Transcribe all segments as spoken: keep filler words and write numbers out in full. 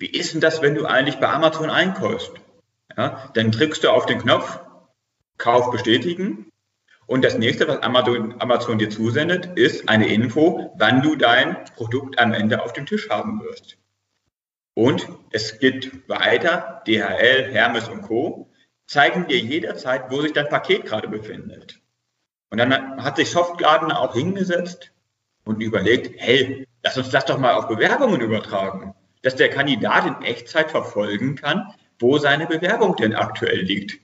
wie ist denn das, wenn du eigentlich bei Amazon einkaufst? Ja, dann drückst du auf den Knopf, Kauf bestätigen. Und das nächste, was Amazon, Amazon dir zusendet, ist eine Info, wann du dein Produkt am Ende auf dem Tisch haben wirst. Und es geht weiter, D H L, Hermes und Co. zeigen dir jederzeit, wo sich dein Paket gerade befindet. Und dann hat sich Softgarden auch hingesetzt und überlegt, hey, lass uns das doch mal auf Bewerbungen übertragen, dass der Kandidat in Echtzeit verfolgen kann, wo seine Bewerbung denn aktuell liegt.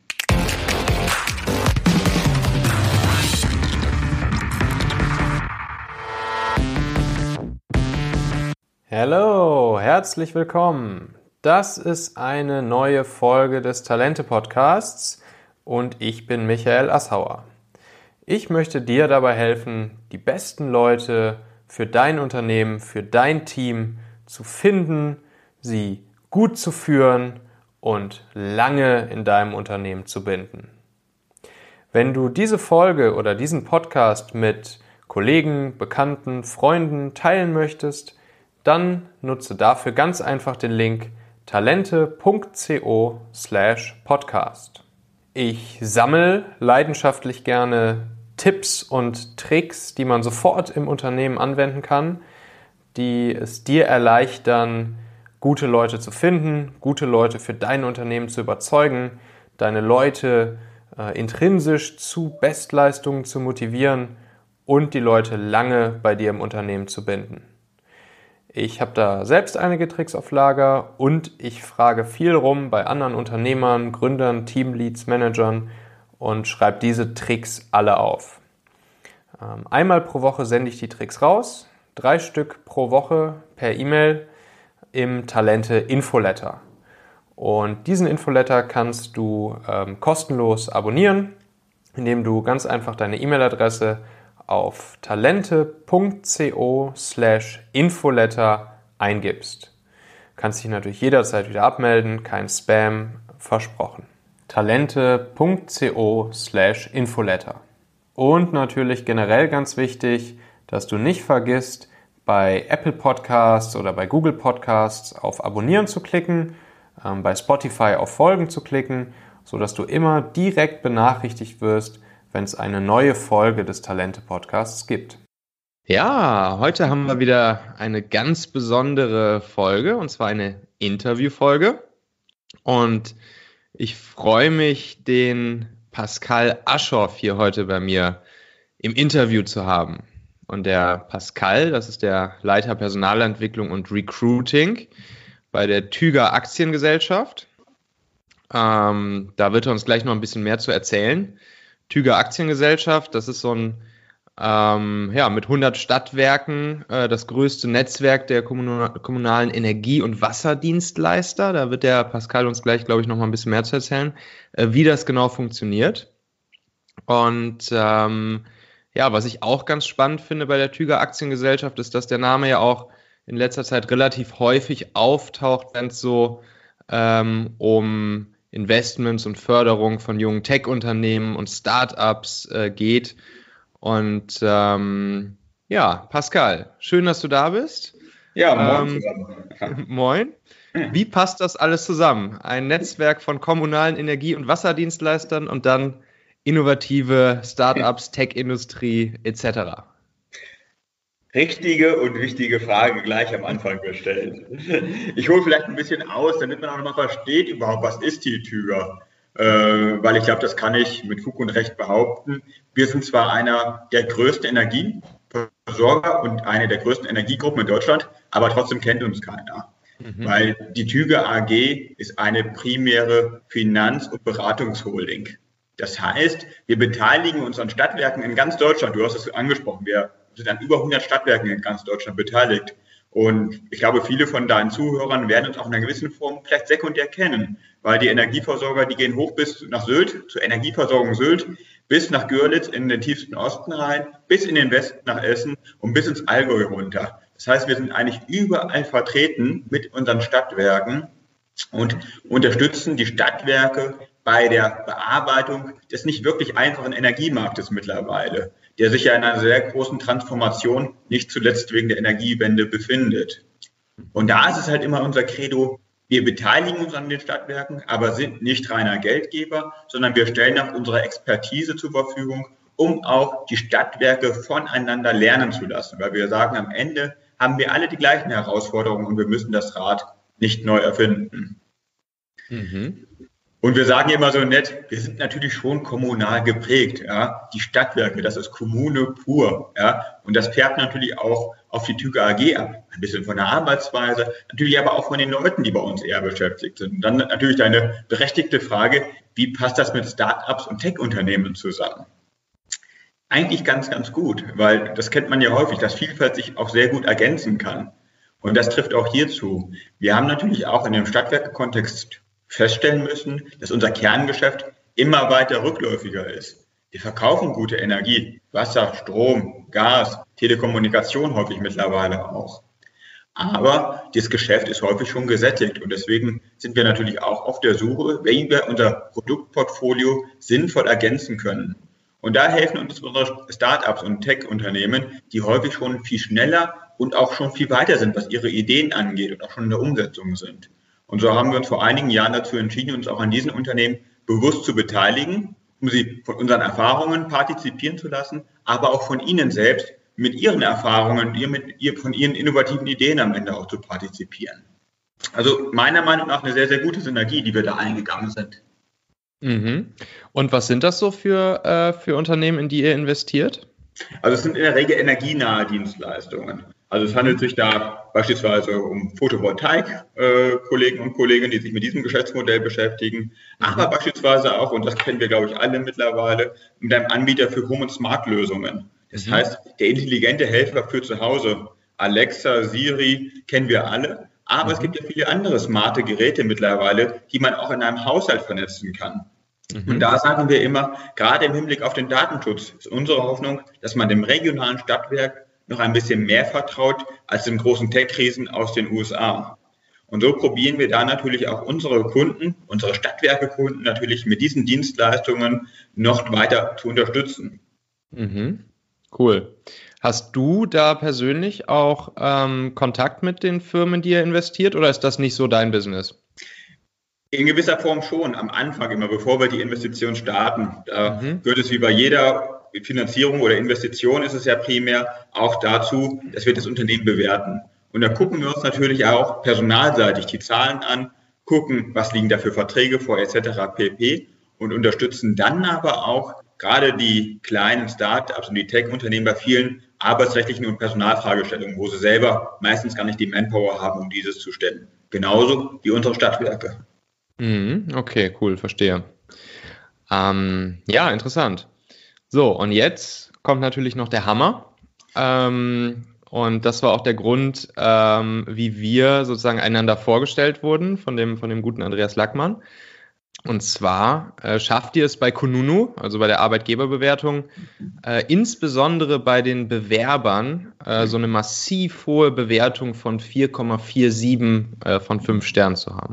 Hallo, herzlich willkommen. Das ist eine neue Folge des Talente-Podcasts und ich bin Michael Assauer. Ich möchte dir dabei helfen, die besten Leute für dein Unternehmen, für dein Team zu finden, sie gut zu führen und lange in deinem Unternehmen zu binden. Wenn du diese Folge oder diesen Podcast mit Kollegen, Bekannten, Freunden teilen möchtest, dann nutze dafür ganz einfach den Link talente.co slash podcast. Ich sammle leidenschaftlich gerne Tipps und Tricks, die man sofort im Unternehmen anwenden kann, die es dir erleichtern, gute Leute zu finden, gute Leute für dein Unternehmen zu überzeugen, deine Leute äh, intrinsisch zu Bestleistungen zu motivieren und die Leute lange bei dir im Unternehmen zu binden. Ich habe da selbst einige Tricks auf Lager und ich frage viel rum bei anderen Unternehmern, Gründern, Teamleads, Managern und schreibe diese Tricks alle auf. Einmal pro Woche sende ich die Tricks raus, drei Stück pro Woche per E-Mail im Talente-Infoletter. Und diesen Infoletter kannst du ähm, kostenlos abonnieren, indem du ganz einfach deine E-Mail-Adresse auf talente.co slash infoletter eingibst. Kannst dich natürlich jederzeit wieder abmelden, kein Spam, versprochen. talente.co slash infoletter. Und natürlich generell ganz wichtig, dass du nicht vergisst, bei Apple Podcasts oder bei Google Podcasts auf Abonnieren zu klicken, ähm, bei Spotify auf Folgen zu klicken, sodass du immer direkt benachrichtigt wirst, wenn es eine neue Folge des Talente-Podcasts gibt. Ja, heute haben wir wieder eine ganz besondere Folge, und zwar eine Interviewfolge. Und ich freue mich, den Pascal Aschoff hier heute bei mir im Interview zu haben. Und der Pascal, das ist der Leiter Personalentwicklung und Recruiting bei der Tüger Aktiengesellschaft. Ähm, da wird er uns gleich noch ein bisschen mehr zu erzählen. Tüger Aktiengesellschaft, das ist so ein, ähm, ja, mit hundert Stadtwerken äh, das größte Netzwerk der kommunal, kommunalen Energie- und Wasserdienstleister. Da wird der Pascal uns gleich, glaube ich, noch mal ein bisschen mehr zu erzählen, äh, wie das genau funktioniert. Und ähm, ja, was ich auch ganz spannend finde bei der Tüger Aktiengesellschaft, ist, dass der Name ja auch in letzter Zeit relativ häufig auftaucht, wenn es so ähm, um Investments und Förderung von jungen Tech-Unternehmen und Startups äh, geht. Und ähm, ja, Pascal, schön, dass du da bist. Ja, moin ähm, zusammen. Moin. Wie passt das alles zusammen? Ein Netzwerk von kommunalen Energie- und Wasserdienstleistern und dann innovative Startups, Tech-Industrie et cetera. Richtige und wichtige Frage gleich am Anfang gestellt. Ich hole vielleicht ein bisschen aus, damit man auch noch mal versteht überhaupt, was ist die Tüger. Äh, weil ich glaube, das kann ich mit Fug und Recht behaupten. Wir sind zwar einer der größten Energieversorger und eine der größten Energiegruppen in Deutschland, aber trotzdem kennt uns keiner. Mhm. Weil die Tüger A G ist eine primäre Finanz- und Beratungsholding. Das heißt, wir beteiligen uns an Stadtwerken in ganz Deutschland. Du hast es angesprochen, wir sind an über hundert Stadtwerken in ganz Deutschland beteiligt. Und ich glaube, viele von deinen Zuhörern werden uns auch in einer gewissen Form vielleicht sekundär kennen, weil die Energieversorger, die gehen hoch bis nach Sylt, zur Energieversorgung Sylt, bis nach Görlitz in den tiefsten Osten rein, bis in den Westen nach Essen und bis ins Allgäu runter. Das heißt, wir sind eigentlich überall vertreten mit unseren Stadtwerken und unterstützen die Stadtwerke bei der Bearbeitung des nicht wirklich einfachen Energiemarktes mittlerweile, der sich ja in einer sehr großen Transformation, nicht zuletzt wegen der Energiewende, befindet. Und da ist es halt immer unser Credo, Wir beteiligen uns an den Stadtwerken, aber sind nicht reiner Geldgeber, sondern wir stellen auch unsere Expertise zur Verfügung, um auch die Stadtwerke voneinander lernen zu lassen. Weil wir sagen, am Ende haben wir alle die gleichen Herausforderungen und wir müssen das Rad nicht neu erfinden. Mhm. Und wir sagen immer so nett, wir sind natürlich schon kommunal geprägt. Ja? Die Stadtwerke, das ist Kommune pur. Ja? Und das färbt natürlich auch auf die Tüger A G ab. Ein bisschen von der Arbeitsweise, natürlich aber auch von den Leuten, die bei uns eher beschäftigt sind. Und dann natürlich deine berechtigte Frage, wie passt das mit Start-ups und Tech-Unternehmen zusammen? Eigentlich ganz, ganz gut, weil das kennt man ja häufig, dass Vielfalt sich auch sehr gut ergänzen kann. Und das trifft auch hier zu. Wir haben natürlich auch in dem Stadtwerke-Kontext feststellen müssen, dass unser Kerngeschäft immer weiter rückläufiger ist. Wir verkaufen gute Energie, Wasser, Strom, Gas, Telekommunikation häufig mittlerweile auch. Aber das Geschäft ist häufig schon gesättigt und deswegen sind wir natürlich auch auf der Suche, wie wir unser Produktportfolio sinnvoll ergänzen können. Und da helfen uns unsere Start-ups und Tech-Unternehmen, die häufig schon viel schneller und auch schon viel weiter sind, was ihre Ideen angeht und auch schon in der Umsetzung sind. Und so haben wir uns vor einigen Jahren dazu entschieden, uns auch an diesen Unternehmen bewusst zu beteiligen, um sie von unseren Erfahrungen partizipieren zu lassen, aber auch von ihnen selbst mit ihren Erfahrungen, von ihren innovativen Ideen am Ende auch zu partizipieren. Also meiner Meinung nach eine sehr, sehr gute Synergie, die wir da eingegangen sind. Mhm. Und was sind das so für, äh, für Unternehmen, in die ihr investiert? Also es sind in der Regel energienahe Dienstleistungen. Also es handelt sich da beispielsweise um Photovoltaik-Kollegen äh, und Kolleginnen, die sich mit diesem Geschäftsmodell beschäftigen, aber beispielsweise auch, und das kennen wir, glaube ich, alle mittlerweile, mit einem Anbieter für Home- und Smart-Lösungen. Das mhm. heißt, der intelligente Helfer für zu Hause, Alexa, Siri, kennen wir alle, aber mhm. es gibt ja viele andere smarte Geräte mittlerweile, die man auch in einem Haushalt vernetzen kann. Mhm. Und da sagen wir immer, gerade im Hinblick auf den Datenschutz ist unsere Hoffnung, dass man dem regionalen Stadtwerk noch ein bisschen mehr vertraut als den großen Tech-Riesen aus den U S A. Und so probieren wir da natürlich auch unsere Kunden, unsere Stadtwerke-Kunden natürlich mit diesen Dienstleistungen noch weiter zu unterstützen. Mhm. Cool. Hast du da persönlich auch ähm, Kontakt mit den Firmen, die ihr investiert, oder ist das nicht so dein Business? In gewisser Form schon, am Anfang immer, bevor wir die Investition starten. Da mhm. gehört es wie bei jeder Finanzierung oder Investition ist es ja primär auch dazu, dass wir das Unternehmen bewerten. Und da gucken wir uns natürlich auch personalseitig die Zahlen an, gucken, was liegen da für Verträge vor et cetera pp. Und unterstützen dann aber auch gerade die kleinen Start-ups und die Tech-Unternehmen bei vielen arbeitsrechtlichen und Personalfragestellungen, wo sie selber meistens gar nicht die Manpower haben, um dieses zu stellen. Genauso wie unsere Stadtwerke. Okay, cool, verstehe. Ähm, ja, interessant. So, und jetzt kommt natürlich noch der Hammer. Ähm, und das war auch der Grund, ähm, wie wir sozusagen einander vorgestellt wurden von dem, von dem guten Andreas Lackmann. Und zwar äh, schafft ihr es bei Kununu, also bei der Arbeitgeberbewertung, äh, insbesondere bei den Bewerbern, äh, so eine massiv hohe Bewertung von vier Komma siebenundvierzig äh, von fünf Sternen zu haben.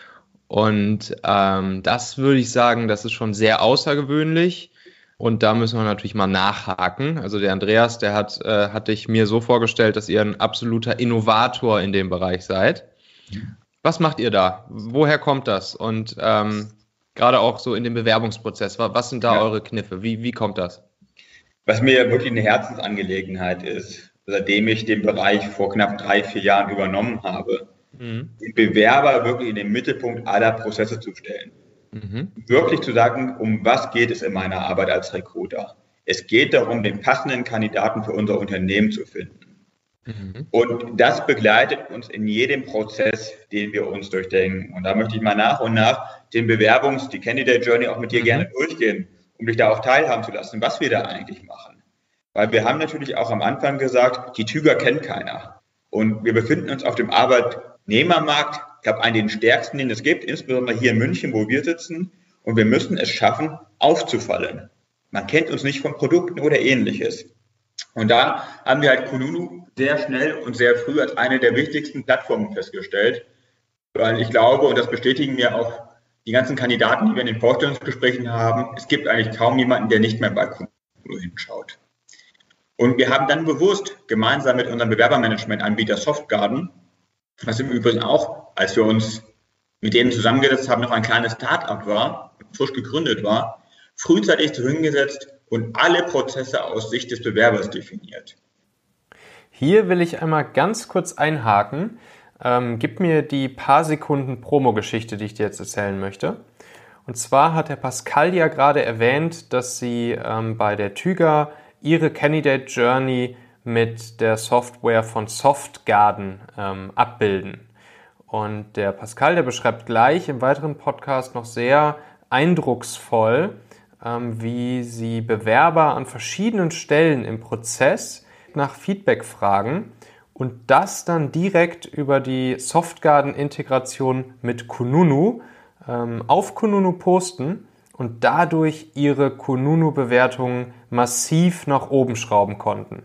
Und ähm, das würde ich sagen, das ist schon sehr außergewöhnlich. Und da müssen wir natürlich mal nachhaken. Also der Andreas, der hat, äh, hatte ich mir so vorgestellt, dass ihr ein absoluter Innovator in dem Bereich seid. Was macht ihr da? Woher kommt das? Und ähm, gerade auch so in dem Bewerbungsprozess, was sind da ja. eure Kniffe? Wie, wie kommt das? Was mir wirklich eine Herzensangelegenheit ist, seitdem ich den Bereich vor knapp drei, vier Jahren übernommen habe, mhm. den Bewerber wirklich in den Mittelpunkt aller Prozesse zu stellen. Mhm. Wirklich zu sagen, um was geht es in meiner Arbeit als Recruiter? Es geht darum, den passenden Kandidaten für unser Unternehmen zu finden. Mhm. Und das begleitet uns in jedem Prozess, den wir uns durchdenken. Und da möchte ich mal nach und nach den Bewerbungs-, die Candidate Journey auch mit dir mhm. gerne durchgehen, um dich da auch teilhaben zu lassen, was wir da eigentlich machen. Weil wir haben natürlich auch am Anfang gesagt, die Tüger kennt keiner. Und wir befinden uns auf dem Arbeitnehmermarkt, ich glaube, einen der stärksten, den es gibt, insbesondere hier in München, wo wir sitzen. Und wir müssen es schaffen, aufzufallen. Man kennt uns nicht von Produkten oder Ähnliches. Und da haben wir halt Kununu sehr schnell und sehr früh als eine der wichtigsten Plattformen festgestellt. Weil ich glaube, und das bestätigen mir auch die ganzen Kandidaten, die wir in den Vorstellungsgesprächen haben, es gibt eigentlich kaum jemanden, der nicht mehr bei Kununu hinschaut. Und wir haben dann bewusst gemeinsam mit unserem Bewerbermanagement-Anbieter Softgarden, was im Übrigen auch, als wir uns mit denen zusammengesetzt habe, noch ein kleines Start-up war, frisch gegründet war, frühzeitig so hingesetzt und alle Prozesse aus Sicht des Bewerbers definiert. Hier will ich einmal ganz kurz einhaken. Ähm, gib mir die paar Sekunden Promo-Geschichte, die ich dir jetzt erzählen möchte. Und zwar hat der Pascal ja gerade erwähnt, dass sie ähm, bei der Tüger ihre Candidate Journey mit der Software von Softgarden ähm, abbilden. Und der Pascal, der beschreibt gleich im weiteren Podcast noch sehr eindrucksvoll, ähm, wie sie Bewerber an verschiedenen Stellen im Prozess nach Feedback fragen und das dann direkt über die Softgarden-Integration mit Kununu ähm, auf Kununu posten und dadurch ihre Kununu-Bewertungen massiv nach oben schrauben konnten.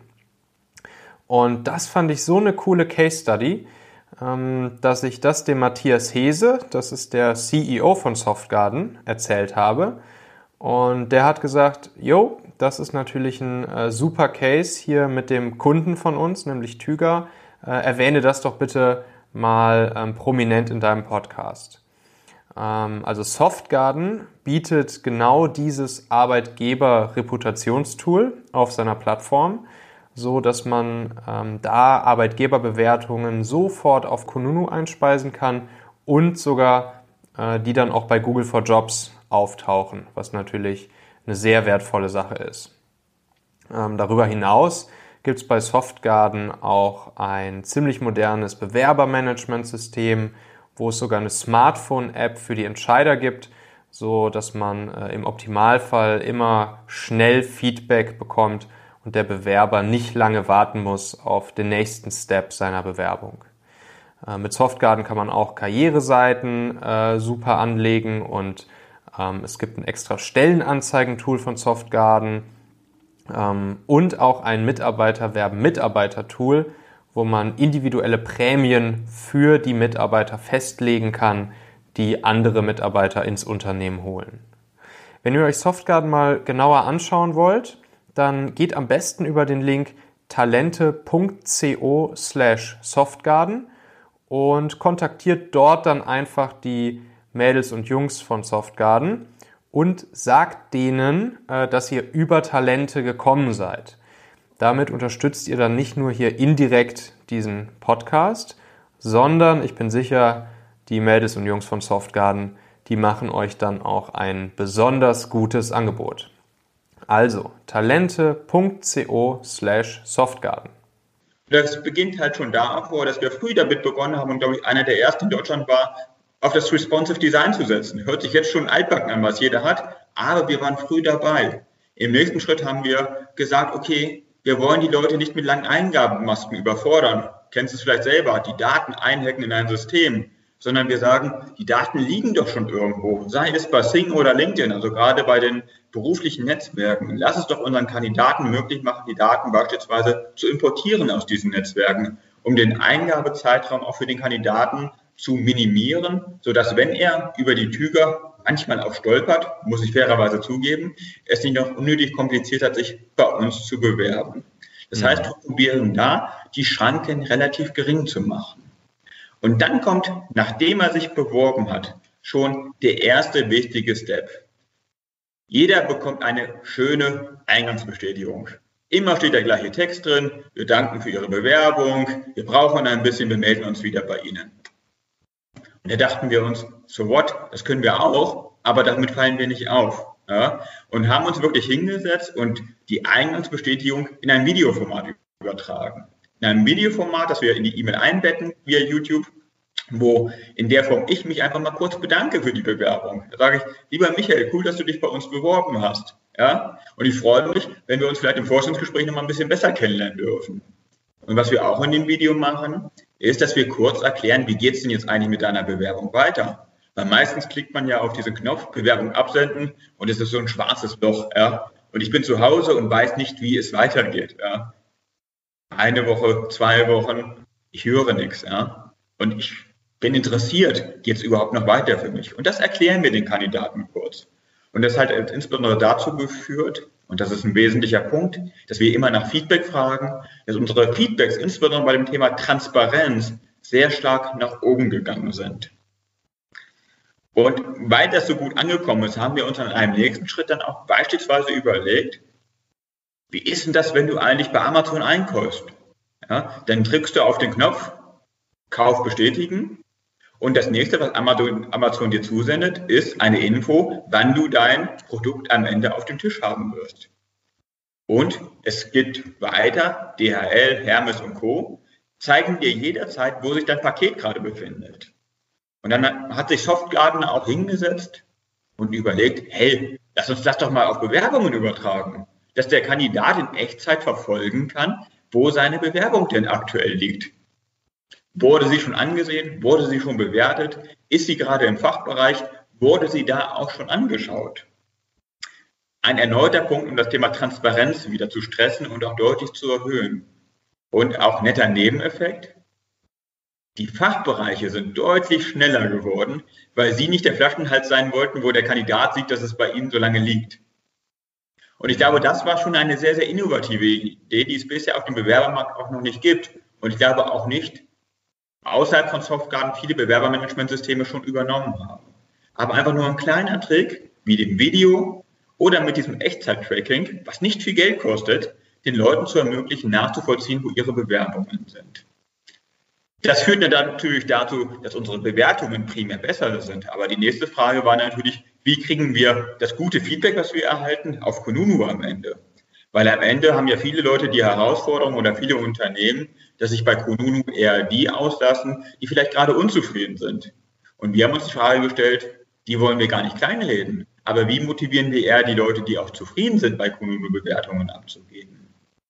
Und das fand ich so eine coole Case Study, ähm, dass ich das dem Matthias Hese, das ist der C E O von Softgarden, erzählt habe. Und der hat gesagt, jo, das ist natürlich ein äh, super Case hier mit dem Kunden von uns, nämlich Tüger. Äh, erwähne das doch bitte mal ähm, prominent in deinem Podcast. Ähm, also Softgarden bietet genau dieses Arbeitgeber-Reputationstool auf seiner Plattform, so dass man ähm, da Arbeitgeberbewertungen sofort auf Kununu einspeisen kann und sogar äh, die dann auch bei Google for Jobs auftauchen, was natürlich eine sehr wertvolle Sache ist. Ähm, darüber hinaus gibt es bei Softgarden auch ein ziemlich modernes Bewerbermanagementsystem, wo es sogar eine Smartphone-App für die Entscheider gibt, so dass man äh, im Optimalfall immer schnell Feedback bekommt und der Bewerber nicht lange warten muss auf den nächsten Step seiner Bewerbung. Äh, mit Softgarden kann man auch Karriereseiten äh, super anlegen und ähm, es gibt ein extra Stellenanzeigentool von Softgarden ähm, und auch ein Mitarbeiterwerben-Mitarbeiter-Tool, wo man individuelle Prämien für die Mitarbeiter festlegen kann, die andere Mitarbeiter ins Unternehmen holen. Wenn ihr euch Softgarden mal genauer anschauen wollt, dann geht am besten über den Link talente.co slash Softgarden und kontaktiert dort dann einfach die Mädels und Jungs von Softgarden und sagt denen, dass ihr über Talente gekommen seid. Damit unterstützt ihr dann nicht nur hier indirekt diesen Podcast, sondern ich bin sicher, die Mädels und Jungs von Softgarden, die machen euch dann auch ein besonders gutes Angebot. Also talente.co slash Softgarden. Das beginnt halt schon davor, dass wir früh damit begonnen haben und, glaube ich, einer der ersten in Deutschland war, auf das Responsive Design zu setzen. Hört sich jetzt schon altbacken an, was jeder hat, aber wir waren früh dabei. Im nächsten Schritt haben wir gesagt, okay, wir wollen die Leute nicht mit langen Eingabenmasken überfordern. Kennst du es vielleicht selber, die Daten einhacken in ein System, sondern wir sagen, die Daten liegen doch schon irgendwo, sei es bei Xing oder LinkedIn, also gerade bei den beruflichen Netzwerken. Lass es doch unseren Kandidaten möglich machen, die Daten beispielsweise zu importieren aus diesen Netzwerken, um den Eingabezeitraum auch für den Kandidaten zu minimieren, sodass, wenn er über die Tüger manchmal auch stolpert, muss ich fairerweise zugeben, es nicht noch unnötig kompliziert hat, sich bei uns zu bewerben. Das mhm. heißt, wir probieren da, die Schranken relativ gering zu machen. Und dann kommt, nachdem er sich beworben hat, schon der erste wichtige Step. Jeder bekommt eine schöne Eingangsbestätigung. Immer steht der gleiche Text drin, wir danken für Ihre Bewerbung, wir brauchen ein bisschen, wir melden uns wieder bei Ihnen. Und da dachten wir uns, so what, das können wir auch, aber damit fallen wir nicht auf. Ja? Und haben uns wirklich hingesetzt und die Eingangsbestätigung in ein Videoformat übertragen. In einem Videoformat, das wir in die E-Mail einbetten via YouTube, wo in der Form ich mich einfach mal kurz bedanke für die Bewerbung. Da sage ich, lieber Michael, cool, dass du dich bei uns beworben hast. Ja? Und ich freue mich, wenn wir uns vielleicht im Vorstellungsgespräch noch mal ein bisschen besser kennenlernen dürfen. Und was wir auch in dem Video machen, ist, dass wir kurz erklären, wie geht es denn jetzt eigentlich mit deiner Bewerbung weiter? Weil meistens klickt man ja auf diesen Knopf, Bewerbung absenden, und es ist so ein schwarzes Loch. Ja? Und ich bin zu Hause und weiß nicht, wie es weitergeht. Ja? Eine Woche, zwei Wochen, ich höre nichts. Ja? Und ich bin interessiert, geht es überhaupt noch weiter für mich? Und das erklären wir den Kandidaten kurz. Und das hat insbesondere dazu geführt, und das ist ein wesentlicher Punkt, dass wir immer nach Feedback fragen, dass unsere Feedbacks, insbesondere bei dem Thema Transparenz, sehr stark nach oben gegangen sind. Und weil das so gut angekommen ist, haben wir uns an einem nächsten Schritt dann auch beispielsweise überlegt, wie ist denn das, wenn du eigentlich bei Amazon einkaufst? Ja, dann drückst du auf den Knopf, Kauf bestätigen. Und das nächste, was Amazon, Amazon dir zusendet, ist eine Info, wann du dein Produkt am Ende auf dem Tisch haben wirst. Und es geht weiter, D H L, Hermes und Co. zeigen dir jederzeit, wo sich dein Paket gerade befindet. Und dann hat sich Softgarden auch hingesetzt und überlegt, hey, lass uns das doch mal auf Bewerbungen übertragen, dass der Kandidat in Echtzeit verfolgen kann, wo seine Bewerbung denn aktuell liegt. Wurde sie schon angesehen? Wurde sie schon bewertet? Ist sie gerade im Fachbereich? Wurde sie da auch schon angeschaut? Ein erneuter Punkt, um das Thema Transparenz wieder zu stressen und auch deutlich zu erhöhen. Und auch netter Nebeneffekt. Die Fachbereiche sind deutlich schneller geworden, weil sie nicht der Flaschenhals sein wollten, wo der Kandidat sieht, dass es bei ihnen so lange liegt. Und ich glaube, das war schon eine sehr, sehr innovative Idee, die es bisher auf dem Bewerbermarkt auch noch nicht gibt. Und ich glaube auch nicht, außerhalb von Softgarden viele Bewerbermanagementsysteme schon übernommen haben. Aber einfach nur ein kleiner Trick, wie dem Video oder mit diesem Echtzeit-Tracking, was nicht viel Geld kostet, den Leuten zu ermöglichen, nachzuvollziehen, wo ihre Bewerbungen sind. Das führt dann natürlich dazu, dass unsere Bewertungen primär besser sind. Aber die nächste Frage war natürlich, wie kriegen wir das gute Feedback, was wir erhalten, auf Kununu am Ende? Weil am Ende haben ja viele Leute die Herausforderung oder viele Unternehmen, dass sich bei Kununu eher die auslassen, die vielleicht gerade unzufrieden sind. Und wir haben uns die Frage gestellt, die wollen wir gar nicht kleinreden. Aber wie motivieren wir eher die Leute, die auch zufrieden sind, bei Kununu Bewertungen abzugeben?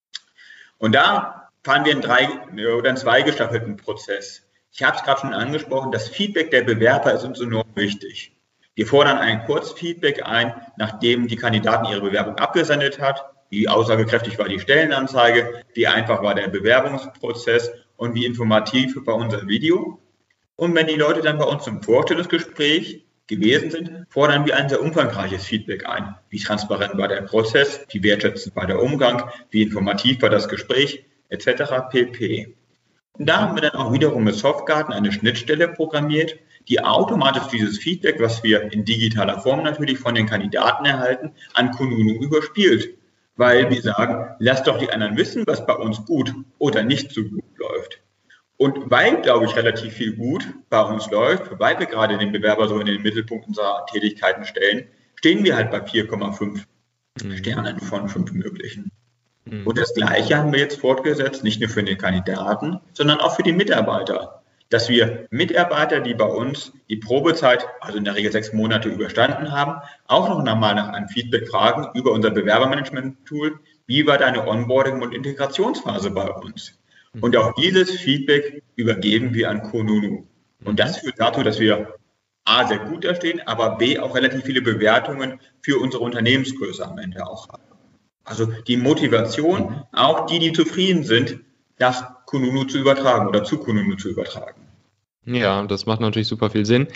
Und da fahren wir einen drei oder einen zweigestaffelten Prozess. Ich habe es gerade schon angesprochen, das Feedback der Bewerber ist uns enorm wichtig. Wir fordern ein Kurzfeedback ein, nachdem die Kandidaten ihre Bewerbung abgesendet hat. Wie aussagekräftig war die Stellenanzeige, wie einfach war der Bewerbungsprozess und wie informativ war unser Video. Und wenn die Leute dann bei uns im Vorstellungsgespräch gewesen sind, fordern wir ein sehr umfangreiches Feedback ein. Wie transparent war der Prozess, wie wertschätzend war der Umgang, wie informativ war das Gespräch, et cetera pp. Und da haben wir dann auch wiederum mit Softgarden eine Schnittstelle programmiert, die automatisch dieses Feedback, was wir in digitaler Form natürlich von den Kandidaten erhalten, an Kununu überspielt. Weil wir sagen, lasst doch die anderen wissen, was bei uns gut oder nicht so gut läuft. Und weil, glaube ich, relativ viel gut bei uns läuft, weil wir gerade den Bewerber so in den Mittelpunkt unserer Tätigkeiten stellen, stehen wir halt bei vier Komma fünf mhm. Sternen von fünf möglichen. Mhm. Und das Gleiche haben wir jetzt fortgesetzt, nicht nur für den Kandidaten, sondern auch für die Mitarbeiter. Dass wir Mitarbeiter, die bei uns die Probezeit, also in der Regel sechs Monate überstanden haben, auch noch einmal nach einem Feedback fragen über unser Bewerbermanagement-Tool, wie war deine Onboarding- und Integrationsphase bei uns? Und auch dieses Feedback übergeben wir an Kununu. Und das führt dazu, dass wir A, sehr gut dastehen, aber B, auch relativ viele Bewertungen für unsere Unternehmensgröße am Ende auch haben. Also die Motivation, auch die, die zufrieden sind, das Kununu zu übertragen oder zu Kununu zu übertragen. Ja, das macht natürlich super viel Sinn.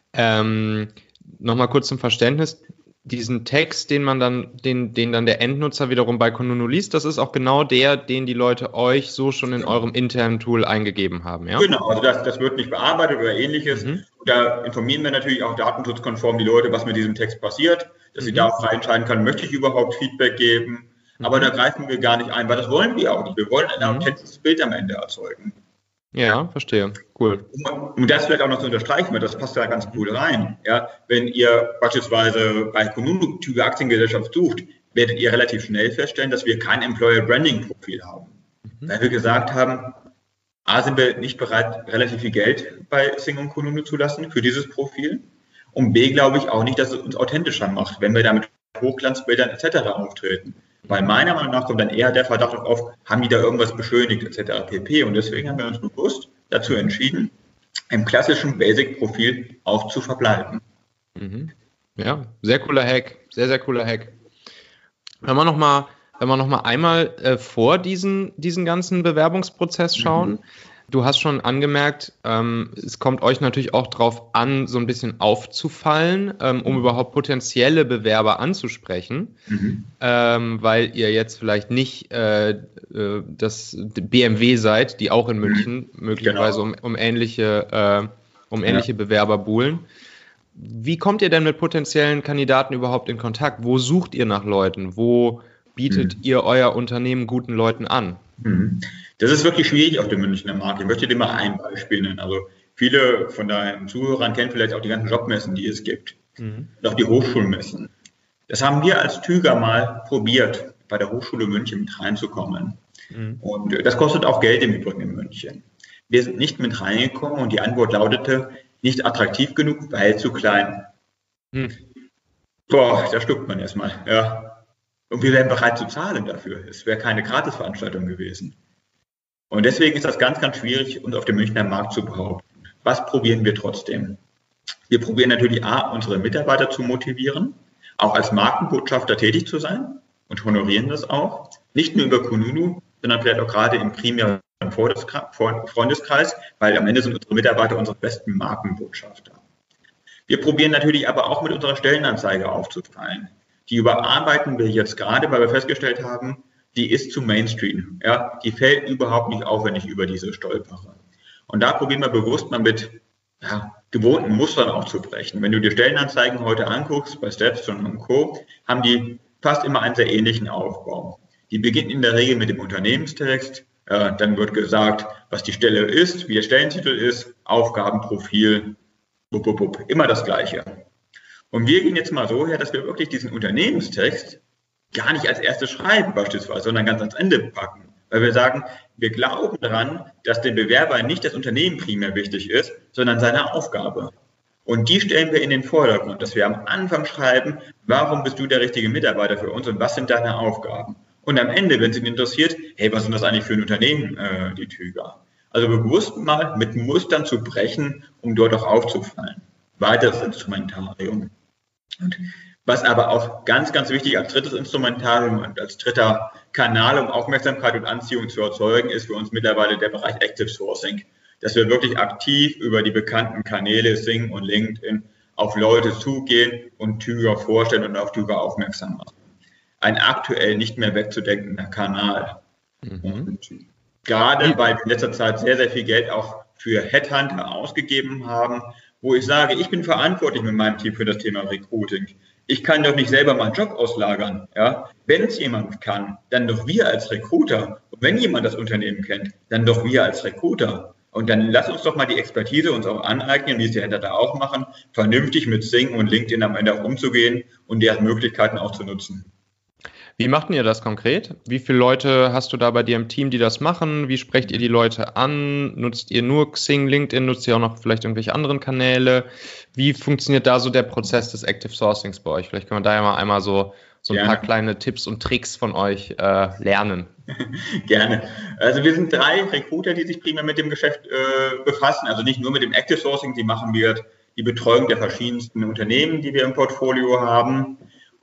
Ähm, Nochmal kurz zum Verständnis. Diesen Text, den man dann, den, den dann der Endnutzer wiederum bei Kununu liest, das ist auch genau der, den die Leute euch so schon in eurem internen Tool eingegeben haben, ja? Genau, also das, das wird nicht bearbeitet oder ähnliches. Mhm. Da informieren wir natürlich auch datenschutzkonform die Leute, was mit diesem Text passiert, dass mhm. sie da frei entscheiden können, möchte ich überhaupt Feedback geben. Mhm. Aber da greifen wir gar nicht ein, weil das wollen wir auch nicht. Wir wollen ein mhm. authentisches Bild am Ende erzeugen. Ja, verstehe. Cool. Um das vielleicht auch noch zu unterstreichen, weil das passt da ganz cool rein. Ja, wenn ihr beispielsweise bei Kununu Tüger Aktiengesellschaft sucht, werdet ihr relativ schnell feststellen, dass wir kein Employer Branding Profil haben. Mhm. Weil wir gesagt haben, A, sind wir nicht bereit, relativ viel Geld bei Xing und Kununu zu lassen für dieses Profil. Und B, glaube ich auch nicht, dass es uns authentischer macht, wenn wir da mit Hochglanzbildern et cetera auftreten. Weil meiner Meinung nach kommt dann eher der Verdacht auf, haben die da irgendwas beschönigt et cetera pp. Und deswegen haben wir uns bewusst dazu entschieden, im klassischen Basic-Profil auch zu verbleiben. Mhm. Ja, sehr cooler Hack, sehr, sehr cooler Hack. Wenn wir nochmal wenn wir noch mal einmal äh, vor diesen, diesen ganzen Bewerbungsprozess schauen, mhm. Du hast schon angemerkt, ähm, es kommt euch natürlich auch drauf an, so ein bisschen aufzufallen, ähm, um überhaupt potenzielle Bewerber anzusprechen, mhm. ähm, weil ihr jetzt vielleicht nicht äh, äh, das B M W seid, die auch in München mhm. möglicherweise genau. um, um ähnliche, äh, um ähnliche ja. Bewerber buhlen. wie kommt ihr denn mit potenziellen Kandidaten überhaupt in Kontakt? Wo sucht ihr nach Leuten? Wo bietet hm. ihr euer Unternehmen guten Leuten an? Das ist wirklich schwierig auf dem Münchner Markt. Ich möchte dir mal ein Beispiel nennen. Also viele von deinen Zuhörern kennen vielleicht auch die ganzen Jobmessen, die es gibt. Mhm. Und auch die Hochschulmessen. Das haben wir als Tüger mal probiert, bei der Hochschule München mit reinzukommen. Mhm. Und das kostet auch Geld im Übrigen in München. Wir sind nicht mit reingekommen und die Antwort lautete, nicht attraktiv genug, weil zu klein. Mhm. Boah, da schluckt man erstmal, ja. Und wir wären bereit zu zahlen dafür. Es wäre keine Gratisveranstaltung gewesen. Und deswegen ist das ganz, ganz schwierig, uns auf dem Münchner Markt zu behaupten. Was probieren wir trotzdem? Wir probieren natürlich A, unsere Mitarbeiter zu motivieren, auch als Markenbotschafter tätig zu sein und honorieren das auch. Nicht nur über Kununu, sondern vielleicht auch gerade im primären Freundeskreis, weil am Ende sind unsere Mitarbeiter unsere besten Markenbotschafter. Wir probieren natürlich aber auch mit unserer Stellenanzeige aufzufallen. Die überarbeiten wir jetzt gerade, weil wir festgestellt haben, die ist zu Mainstream. Ja, die fällt überhaupt nicht auf, wenn ich über diese stolpere. Und da probieren wir bewusst mal mit ja, gewohnten Mustern aufzubrechen. Wenn du dir Stellenanzeigen heute anguckst, bei Stepstone und Co., haben die fast immer einen sehr ähnlichen Aufbau. Die beginnen in der Regel mit dem Unternehmenstext, äh, dann wird gesagt, was die Stelle ist, wie der Stellentitel ist, Aufgabenprofil, bup, bup, bup, immer das Gleiche. Und wir gehen jetzt mal so her, dass wir wirklich diesen Unternehmenstext gar nicht als erstes schreiben beispielsweise, sondern ganz ans Ende packen. Weil wir sagen, wir glauben daran, dass dem Bewerber nicht das Unternehmen primär wichtig ist, sondern seine Aufgabe. Und die stellen wir in den Vordergrund, dass wir am Anfang schreiben, warum bist du der richtige Mitarbeiter für uns und was sind deine Aufgaben? Und am Ende, wenn es ihn interessiert, hey, was sind das eigentlich für ein Unternehmen, äh, die Tüger? Also bewusst mal mit Mustern zu brechen, um dort auch aufzufallen. Weiteres Instrumentarium. Und was aber auch ganz, ganz wichtig als drittes Instrumentarium und als dritter Kanal, um Aufmerksamkeit und Anziehung zu erzeugen, ist für uns mittlerweile der Bereich Active Sourcing. Dass wir wirklich aktiv über die bekannten Kanäle Xing und LinkedIn auf Leute zugehen und Tüger vorstellen und auf Tüger aufmerksam machen. Ein aktuell nicht mehr wegzudenkender Kanal. Mhm. Und gerade weil wir in letzter Zeit sehr, sehr viel Geld auch für Headhunter ausgegeben haben, wo ich sage, ich bin verantwortlich mit meinem Team für das Thema Recruiting. Ich kann doch nicht selber meinen Job auslagern. Ja? Wenn es jemand kann, dann doch wir als Recruiter. Und wenn jemand das Unternehmen kennt, dann doch wir als Recruiter. Und dann lass uns doch mal die Expertise uns auch aneignen, wie es die Headhunter auch machen, vernünftig mit Xing und LinkedIn am Ende auch umzugehen und deren Möglichkeiten auch zu nutzen. Wie macht ihr das konkret? Wie viele Leute hast du da bei dir im Team, die das machen? Wie sprecht ihr die Leute an? Nutzt ihr nur Xing, LinkedIn? Nutzt ihr auch noch vielleicht irgendwelche anderen Kanäle? Wie funktioniert da so der Prozess des Active Sourcings bei euch? Vielleicht können wir da ja mal einmal so, so ein Gerne. paar kleine Tipps und Tricks von euch äh, lernen. Gerne. Also wir sind drei Recruiter, die sich primär mit dem Geschäft äh, befassen. Also nicht nur mit dem Active Sourcing, die machen wir die Betreuung der verschiedensten Unternehmen, die wir im Portfolio haben.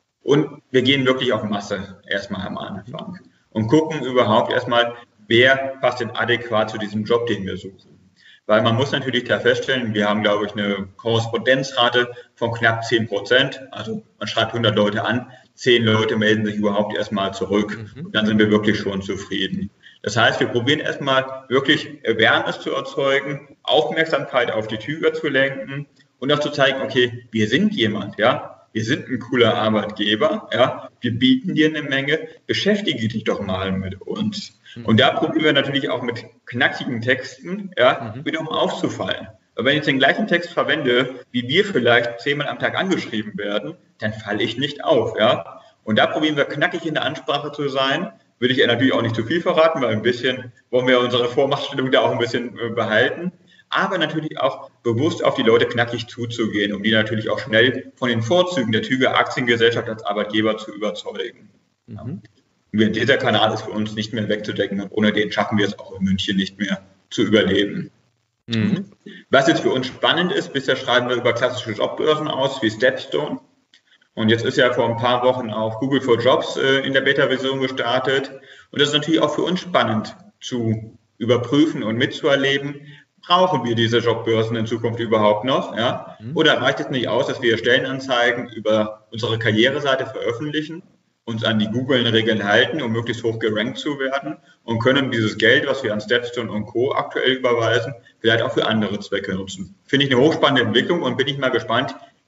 Und wir gehen wirklich auf Masse erstmal am Anfang und gucken überhaupt erstmal, wer passt denn adäquat zu diesem Job, den wir suchen. Weil man muss natürlich da feststellen, wir haben, glaube ich, eine Korrespondenzrate von knapp zehn Prozent. Also man schreibt hundert Leute an, zehn Leute melden sich überhaupt erstmal zurück. Und dann sind wir wirklich schon zufrieden. Das heißt, wir probieren erstmal wirklich Awareness zu erzeugen, Aufmerksamkeit auf die Tüger zu lenken und auch zu zeigen, okay, wir sind jemand, ja. Wir sind ein cooler Arbeitgeber, ja, wir bieten dir eine Menge, beschäftige dich doch mal mit uns. Und da probieren wir natürlich auch mit knackigen Texten, ja, mhm. wiederum aufzufallen. Aber wenn ich den gleichen Text verwende, wie wir vielleicht zehnmal am Tag angeschrieben werden, dann falle ich nicht auf, ja. Und da probieren wir knackig in der Ansprache zu sein. Würde ich natürlich auch nicht zu viel verraten, weil ein bisschen wollen wir unsere Vormachtstellung da auch ein bisschen behalten. Aber natürlich auch bewusst auf die Leute knackig zuzugehen, um die natürlich auch schnell von den Vorzügen der Tüger Aktiengesellschaft als Arbeitgeber zu überzeugen. Mhm. Und dieser Kanal ist für uns nicht mehr wegzudecken und ohne den schaffen wir es auch in München nicht mehr zu überleben. Mhm. Was jetzt für uns spannend ist, bisher schreiben wir über klassische Jobbörsen aus wie Stepstone. Und jetzt ist ja vor ein paar Wochen auch Google for Jobs äh, in der Beta-Version gestartet. Und das ist natürlich auch für uns spannend zu überprüfen und mitzuerleben. Brauchen wir diese Jobbörsen in Zukunft überhaupt noch? Ja? Oder reicht es nicht aus, dass wir Stellenanzeigen über unsere Karriereseite veröffentlichen, uns an die Google-Regeln halten, um möglichst hoch gerankt zu werden und können dieses Geld, was wir an Stepstone und Co. aktuell überweisen, vielleicht auch für andere Zwecke nutzen? Finde ich eine hochspannende Entwicklung und bin ich mal gespannt,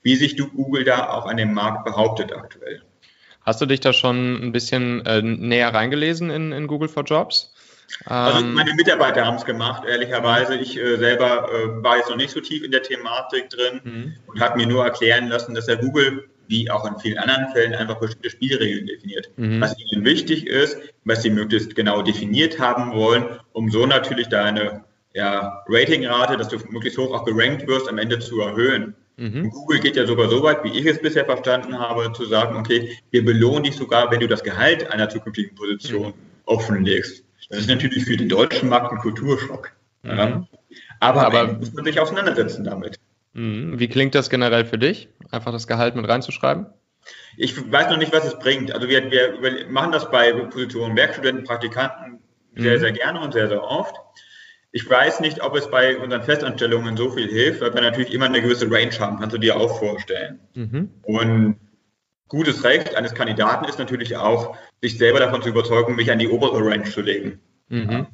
wie sich Google da auch an dem Markt behauptet aktuell. Hast du dich da schon ein bisschen äh, näher reingelesen in, in Google for Jobs? Also Ähm, meine Mitarbeiter haben es gemacht, ehrlicherweise. Ich äh, selber äh, war jetzt noch nicht so tief in der Thematik drin mhm. und habe mir nur erklären lassen, dass der Google, wie auch in vielen anderen Fällen, einfach bestimmte Spielregeln definiert. Mhm. Was ihnen wichtig ist, was sie möglichst genau definiert haben wollen, um so natürlich deine ja, Ratingrate, dass du möglichst hoch auch gerankt wirst, am Ende zu erhöhen. Mhm. Google geht ja sogar so weit, wie ich es bisher verstanden habe, zu sagen, okay, wir belohnen dich sogar, wenn du das Gehalt einer zukünftigen Position mhm. offenlegst. Das ist natürlich für den deutschen Markt ein Kulturschock. Mhm. Ja. Aber, Aber muss man sich auseinandersetzen damit. Mhm. Wie klingt das generell für dich, einfach das Gehalt mit reinzuschreiben? Ich weiß noch nicht, was es bringt. Also wir, wir machen das bei Positionen Werkstudenten, Praktikanten sehr, mhm. sehr gerne und sehr, sehr oft. Ich weiß nicht, ob es bei unseren Festanstellungen so viel hilft, weil wir natürlich immer eine gewisse Range haben, kannst du dir auch vorstellen. Mhm. Und gutes Recht eines Kandidaten ist natürlich auch, sich selber davon zu überzeugen, mich an die obere Range zu legen. Mhm. Ja.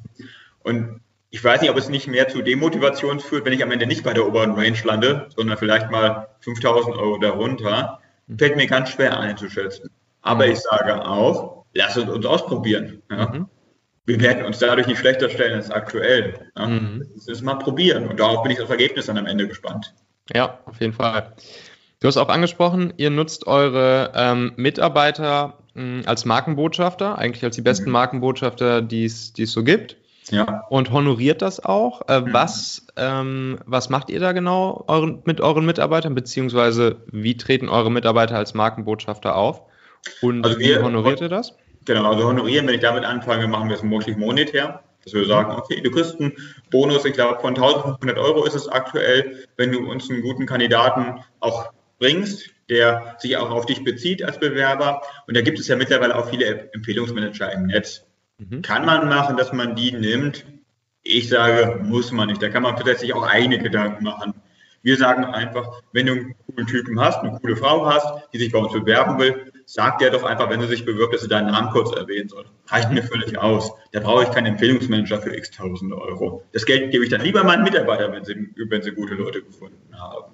Und ich weiß nicht, ob es nicht mehr zu Demotivation führt, wenn ich am Ende nicht bei der oberen Range lande, sondern vielleicht mal fünftausend Euro darunter. Mhm. Fällt mir ganz schwer einzuschätzen. Aber mhm. ich sage auch, lass uns uns ausprobieren. Ja. Mhm. Wir werden uns dadurch nicht schlechter stellen als aktuell. Ja. Mhm. Das ist mal probieren. Und darauf bin ich das Ergebnis dann am Ende gespannt. Ja, auf jeden Fall. Du hast auch angesprochen, ihr nutzt eure ähm, Mitarbeiter mh, als Markenbotschafter, eigentlich als die besten mhm. Markenbotschafter, die es so gibt. Ja. Und honoriert das auch. Äh, mhm. was, ähm, was macht ihr da genau euren, mit euren Mitarbeitern, beziehungsweise wie treten eure Mitarbeiter als Markenbotschafter auf? Und also wie wir, honoriert ihr das? Genau, also honorieren, wenn ich damit anfange, machen wir es monatlich monetär. Dass wir sagen, okay, du kriegst einen Bonus, ich glaube von eintausendfünfhundert Euro ist es aktuell, wenn du uns einen guten Kandidaten auch bringst, der sich auch auf dich bezieht als Bewerber. Und da gibt es ja mittlerweile auch viele Empfehlungsmanager im Netz. Mhm. Kann man machen, dass man die nimmt? Ich sage, muss man nicht. Da kann man tatsächlich auch eigene Gedanken machen. Wir sagen einfach, wenn du einen coolen Typen hast, eine coole Frau hast, die sich bei uns bewerben will, sag der doch einfach, wenn sie sich bewirbt, dass sie deinen Namen kurz erwähnen soll. Reicht mir völlig aus. Da brauche ich keinen Empfehlungsmanager für x tausend Euro. Das Geld gebe ich dann lieber meinen Mitarbeitern, wenn sie, wenn sie gute Leute gefunden haben.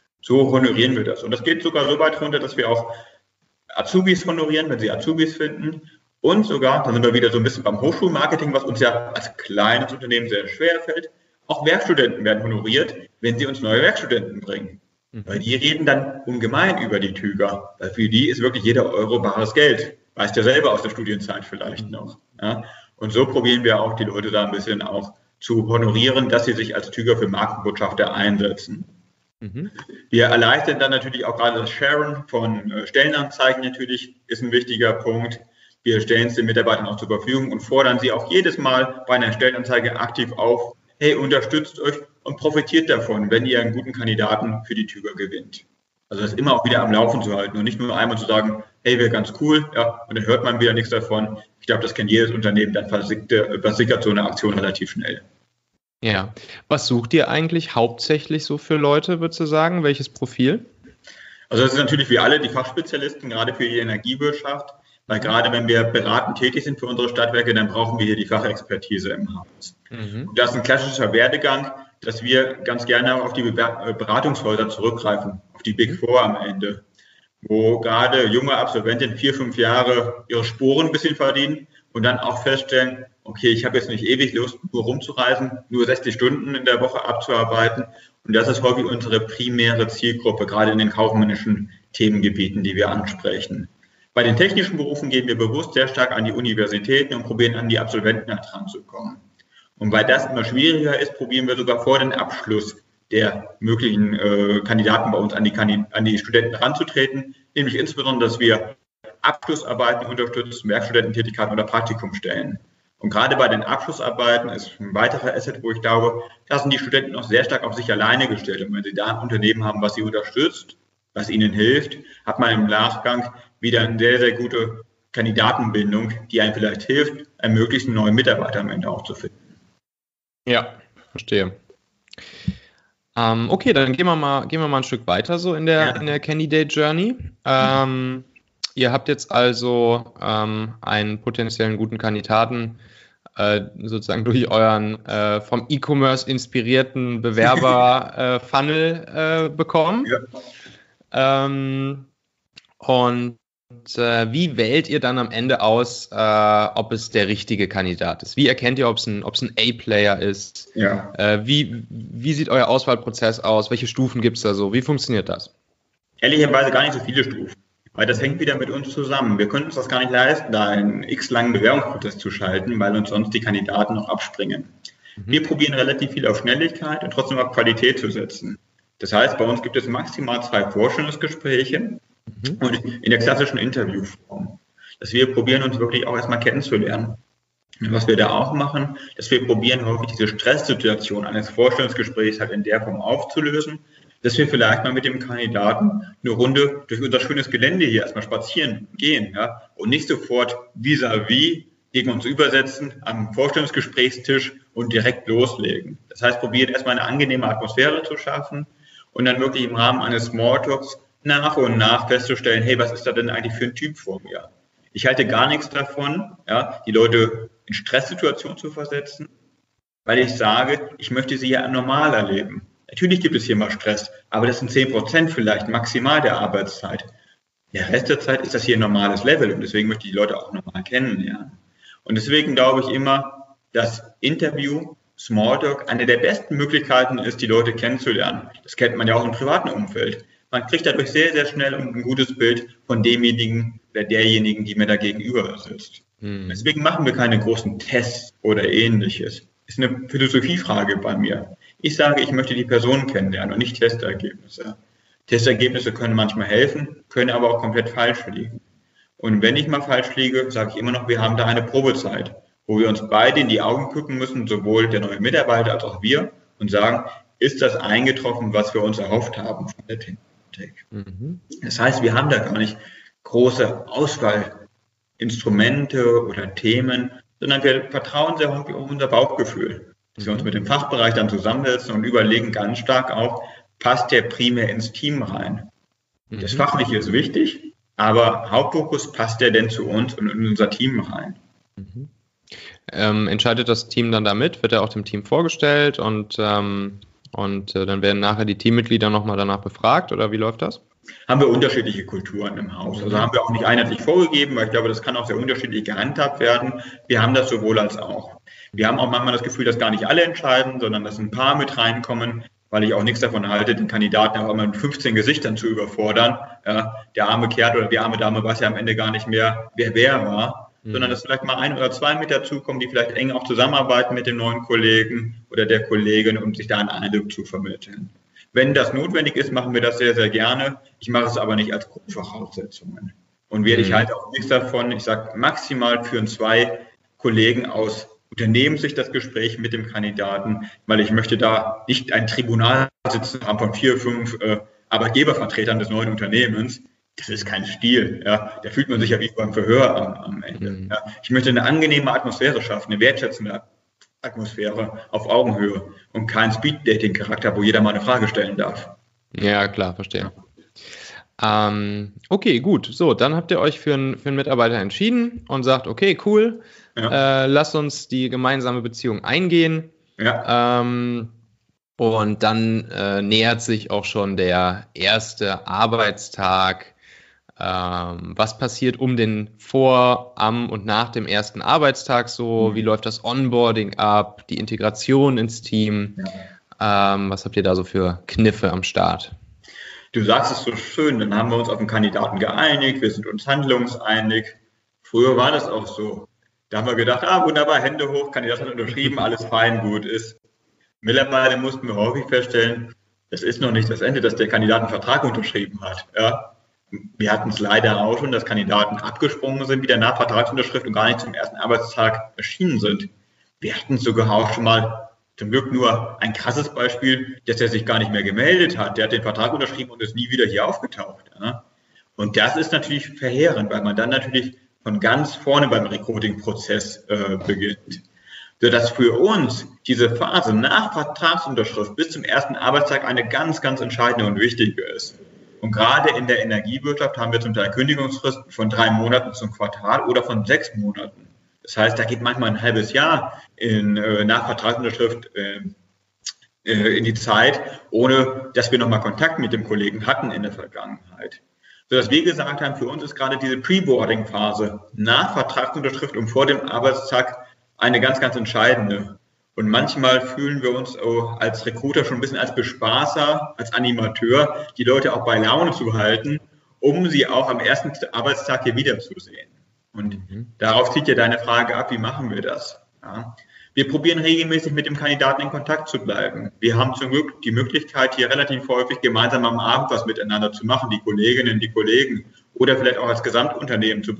So honorieren wir das. Und das geht sogar so weit runter, dass wir auch Azubis honorieren, wenn sie Azubis finden. Und sogar, da sind wir wieder so ein bisschen beim Hochschulmarketing, was uns ja als kleines Unternehmen sehr schwer fällt, auch Werkstudenten werden honoriert, wenn sie uns neue Werkstudenten bringen. Mhm. Weil die reden dann ungemein über die Tüger. Weil für die ist wirklich jeder Euro bares Geld. Weißt ja selber aus der Studienzeit vielleicht noch. Ja? Und so probieren wir auch die Leute da ein bisschen auch zu honorieren, dass sie sich als Tüger für Markenbotschafter einsetzen. Mhm. Wir erleichtern dann natürlich auch gerade das Sharen von äh, Stellenanzeigen natürlich, ist ein wichtiger Punkt. Wir stellen es den Mitarbeitern auch zur Verfügung und fordern sie auch jedes Mal bei einer Stellenanzeige aktiv auf, hey, unterstützt euch und profitiert davon, wenn ihr einen guten Kandidaten für die Tüger gewinnt. Also das immer auch wieder am Laufen zu halten und nicht nur einmal zu sagen, hey, wäre ganz cool, ja, und dann hört man wieder nichts davon. Ich glaube, das kennt jedes Unternehmen, dann versickert so eine Aktion relativ schnell. Ja, was sucht ihr eigentlich hauptsächlich so für Leute, würdest du sagen? Welches Profil? Also das ist natürlich wie alle die Fachspezialisten, gerade für die Energiewirtschaft. Weil gerade wenn wir beratend tätig sind für unsere Stadtwerke, dann brauchen wir hier die Fachexpertise im Haus. Mhm. Und das ist ein klassischer Werdegang, dass wir ganz gerne auf die Beratungshäuser zurückgreifen, auf die Big Four am Ende, wo gerade junge Absolventinnen vier, fünf Jahre ihre Sporen ein bisschen verdienen und dann auch feststellen, okay, ich habe jetzt nicht ewig Lust, nur rumzureisen, nur sechzig Stunden in der Woche abzuarbeiten. Und das ist häufig unsere primäre Zielgruppe, gerade in den kaufmännischen Themengebieten, die wir ansprechen. Bei den technischen Berufen gehen wir bewusst sehr stark an die Universitäten und probieren an die Absolventen heranzukommen. Und weil das immer schwieriger ist, probieren wir sogar vor den Abschluss der möglichen äh, Kandidaten bei uns an die, an die Studenten heranzutreten, nämlich insbesondere, dass wir Abschlussarbeiten unterstützen, Werkstudententätigkeiten oder Praktikumstellen. Und gerade bei den Abschlussarbeiten ist ein weiterer Asset, wo ich glaube, da sind die Studenten noch sehr stark auf sich alleine gestellt. Und wenn sie da ein Unternehmen haben, was sie unterstützt, was ihnen hilft, hat man im Nachgang wieder eine sehr, sehr gute Kandidatenbindung, die einem vielleicht hilft, einen möglichst neuen Mitarbeiter am Ende auch zu finden. Ja, verstehe. Ähm, okay, dann gehen wir mal, gehen wir mal ein Stück weiter so in der, ja. in der Candidate Journey. Ähm, mhm. Ihr habt jetzt also ähm, einen potenziellen guten Kandidaten äh, sozusagen durch euren äh, vom E-Commerce inspirierten Bewerber-Funnel äh, äh, bekommen. Ja. Ähm, und äh, wie wählt ihr dann am Ende aus, äh, ob es der richtige Kandidat ist? Wie erkennt ihr, ob es ein, ob es ein A-Player ist? Ja. Äh, wie, wie sieht euer Auswahlprozess aus? Welche Stufen gibt es da so? Wie funktioniert das? Ehrlicherweise gar nicht so viele Stufen, weil das hängt wieder mit uns zusammen. Wir können uns das gar nicht leisten, da einen x-langen Bewerbungsprozess zu schalten, weil uns sonst die Kandidaten noch abspringen. Mhm. Wir probieren relativ viel auf Schnelligkeit und trotzdem auf Qualität zu setzen. Das heißt, bei uns gibt es maximal zwei Vorstellungsgespräche mhm. und in der klassischen Interviewform. Dass wir probieren, uns wirklich auch erstmal kennenzulernen. Und was wir da auch machen, dass wir probieren, häufig diese Stresssituation eines Vorstellungsgesprächs halt in der Form aufzulösen, dass wir vielleicht mal mit dem Kandidaten eine Runde durch unser schönes Gelände hier erstmal spazieren gehen, ja, und nicht sofort vis-à-vis gegen uns übersetzen am Vorstellungsgesprächstisch und direkt loslegen. Das heißt, probiert erstmal eine angenehme Atmosphäre zu schaffen und dann wirklich im Rahmen eines Smalltalks nach und nach festzustellen, hey, was ist da denn eigentlich für ein Typ vor mir? Ich halte gar nichts davon, ja, die Leute in Stresssituationen zu versetzen, weil ich sage, ich möchte sie ja normal erleben. Natürlich gibt es hier mal Stress, aber das sind zehn Prozent vielleicht maximal der Arbeitszeit. Der Rest der Zeit ist das hier ein normales Level und deswegen möchte ich die Leute auch normal kennenlernen. Und deswegen glaube ich immer, dass Interview, Smalltalk eine der besten Möglichkeiten ist, die Leute kennenzulernen. Das kennt man ja auch im privaten Umfeld. Man kriegt dadurch sehr, sehr schnell ein gutes Bild von demjenigen oder derjenigen, die mir da gegenüber sitzt. Hm. Deswegen machen wir keine großen Tests oder Ähnliches. Ist eine Philosophiefrage bei mir. Ich sage, ich möchte die Person kennenlernen und nicht Testergebnisse. Testergebnisse können manchmal helfen, können aber auch komplett falsch liegen. Und wenn ich mal falsch liege, sage ich immer noch, wir haben da eine Probezeit, wo wir uns beide in die Augen gucken müssen, sowohl der neue Mitarbeiter als auch wir, und sagen, ist das eingetroffen, was wir uns erhofft haben von der Thematik? Mhm. Das heißt, wir haben da gar nicht große Auswahlinstrumente oder Themen, sondern wir vertrauen sehr häufig auf unser Bauchgefühl. Dass wir uns mit dem Fachbereich dann zusammensetzen und überlegen ganz stark auch, passt der primär ins Team rein? Mhm. Das Fachliche ist wichtig, aber Hauptfokus, passt der denn zu uns und in unser Team rein? Mhm. Ähm, entscheidet das Team dann damit? Wird er auch dem Team vorgestellt und, ähm, und äh, dann werden nachher die Teammitglieder nochmal danach befragt oder wie läuft das? Haben wir unterschiedliche Kulturen im Haus. Also haben wir auch nicht einheitlich vorgegeben, weil ich glaube, das kann auch sehr unterschiedlich gehandhabt werden. Wir haben das sowohl als auch. Wir haben auch manchmal das Gefühl, dass gar nicht alle entscheiden, sondern dass ein paar mit reinkommen, weil ich auch nichts davon halte, den Kandidaten auch immer mit fünfzehn Gesichtern zu überfordern. Ja, der arme Kerl oder die arme Dame weiß ja am Ende gar nicht mehr, wer wer war, mhm. sondern dass vielleicht mal ein oder zwei mit dazukommen, die vielleicht eng auch zusammenarbeiten mit dem neuen Kollegen oder der Kollegin, um sich da einen Eindruck zu vermitteln. Wenn das notwendig ist, machen wir das sehr, sehr gerne. Ich mache es aber nicht als Grundvoraussetzungen. Und werde ich halt auch nichts davon. Ich sage, maximal führen zwei Kollegen aus Unternehmenssicht das Gespräch mit dem Kandidaten, weil ich möchte da nicht ein Tribunal sitzen haben von vier, fünf äh, Arbeitgebervertretern des neuen Unternehmens. Das ist kein Stil. Ja. Da fühlt man sich ja wie beim Verhör am, am Ende. Mhm. Ja. Ich möchte eine angenehme Atmosphäre schaffen, eine wertschätzende Atmosphäre auf Augenhöhe und kein Speed-Dating-Charakter, wo jeder mal eine Frage stellen darf. Ja, klar, verstehe. Ähm, okay, gut. So, dann habt ihr euch für einen, für einen Mitarbeiter entschieden und sagt, okay, cool, ja. äh, lasst uns die gemeinsame Beziehung eingehen. Ja. Ähm, und dann äh, nähert sich auch schon der erste Arbeitstag. Ähm, was passiert um den vor, am und nach dem ersten Arbeitstag so? Mhm. Wie läuft das Onboarding ab, die Integration ins Team? Ja. Ähm, was habt ihr da so für Kniffe am Start? Du sagst es so schön, dann haben wir uns auf den Kandidaten geeinigt, wir sind uns handlungseinig. Früher war das auch so. Da haben wir gedacht, ah wunderbar, Hände hoch, Kandidat hat unterschrieben, alles fein, gut ist. Mittlerweile mussten wir häufig feststellen, es ist noch nicht das Ende, dass der Kandidat einen Vertrag unterschrieben hat. Ja? Wir hatten es leider auch schon, dass Kandidaten abgesprungen sind, wieder nach Vertragsunterschrift und gar nicht zum ersten Arbeitstag erschienen sind. Wir hatten es sogar auch schon mal, zum Glück nur ein krasses Beispiel, dass er sich gar nicht mehr gemeldet hat. Der hat den Vertrag unterschrieben und ist nie wieder hier aufgetaucht. Ja? Und das ist natürlich verheerend, weil man dann natürlich von ganz vorne beim Recruiting-Prozess äh, beginnt. Sodass für uns diese Phase nach Vertragsunterschrift bis zum ersten Arbeitstag eine ganz, ganz entscheidende und wichtige ist. Und gerade in der Energiewirtschaft haben wir zum Teil Kündigungsfristen von drei Monaten zum Quartal oder von sechs Monaten. Das heißt, da geht manchmal ein halbes Jahr in, äh, nach Vertragsunterschrift äh, äh, in die Zeit, ohne dass wir nochmal Kontakt mit dem Kollegen hatten in der Vergangenheit. Sodass wir gesagt haben, für uns ist gerade diese Pre-Boarding-Phase nach Vertragsunterschrift und vor dem Arbeitstag eine ganz, ganz entscheidende. Und manchmal fühlen wir uns als Recruiter schon ein bisschen als Bespaßer, als Animateur, die Leute auch bei Laune zu halten, um sie auch am ersten Arbeitstag hier wiederzusehen. Und mhm. darauf zieht ja deine Frage ab, wie machen wir das? Ja. Wir probieren regelmäßig mit dem Kandidaten in Kontakt zu bleiben. Wir haben zum Glück die Möglichkeit, hier relativ häufig gemeinsam am Abend was miteinander zu machen, die Kolleginnen, die Kollegen oder vielleicht auch als Gesamtunternehmen zu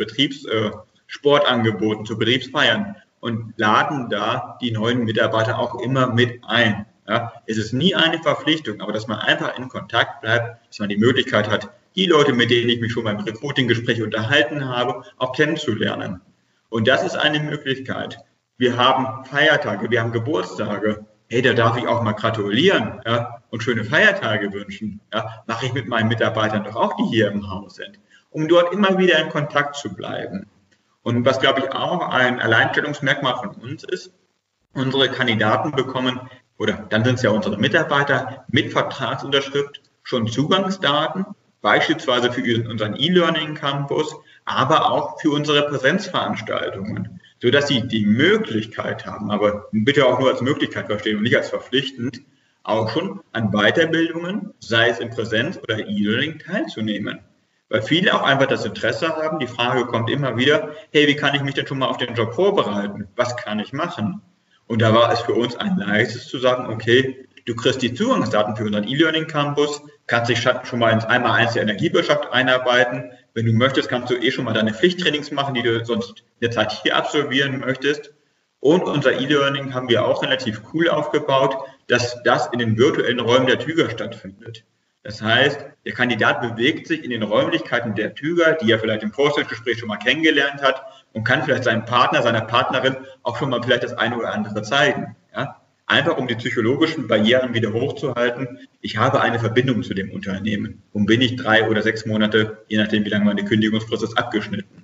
Betriebssportangeboten, äh, zu Betriebsfeiern und laden da die neuen Mitarbeiter auch immer mit ein. Ja, es ist nie eine Verpflichtung, aber dass man einfach in Kontakt bleibt, dass man die Möglichkeit hat, die Leute, mit denen ich mich schon beim Recruiting-Gespräch unterhalten habe, auch kennenzulernen. Und das ist eine Möglichkeit. Wir haben Feiertage, wir haben Geburtstage. Hey, da darf ich auch mal gratulieren, ja, und schöne Feiertage wünschen. Ja, mache ich mit meinen Mitarbeitern doch auch, die hier im Haus sind, um dort immer wieder in Kontakt zu bleiben. Und was, glaube ich, auch ein Alleinstellungsmerkmal von uns ist, unsere Kandidaten bekommen, oder dann sind es ja unsere Mitarbeiter, mit Vertragsunterschrift schon Zugangsdaten, beispielsweise für unseren E-Learning-Campus, aber auch für unsere Präsenzveranstaltungen, sodass sie die Möglichkeit haben, aber bitte auch nur als Möglichkeit verstehen und nicht als verpflichtend, auch schon an Weiterbildungen, sei es in Präsenz oder E-Learning, teilzunehmen. Weil viele auch einfach das Interesse haben, die Frage kommt immer wieder, hey, wie kann ich mich denn schon mal auf den Job vorbereiten? Was kann ich machen? Und da war es für uns ein leichtes zu sagen, okay, du kriegst die Zugangsdaten für unseren E-Learning-Campus, kannst dich schon mal ins einmal eins der Energiewirtschaft einarbeiten. Wenn du möchtest, kannst du eh schon mal deine Pflichttrainings machen, die du sonst in der Zeit hier absolvieren möchtest. Und unser E-Learning haben wir auch relativ cool aufgebaut, dass das in den virtuellen Räumen der Tüger stattfindet. Das heißt, der Kandidat bewegt sich in den Räumlichkeiten der Tüger, die er vielleicht im Vorstellungsgespräch schon mal kennengelernt hat, und kann vielleicht seinem Partner, seiner Partnerin auch schon mal vielleicht das eine oder andere zeigen. Ja? Einfach um die psychologischen Barrieren wieder hochzuhalten. Ich habe eine Verbindung zu dem Unternehmen und bin ich drei oder sechs Monate, je nachdem wie lange meine Kündigungsfrist ist, abgeschnitten.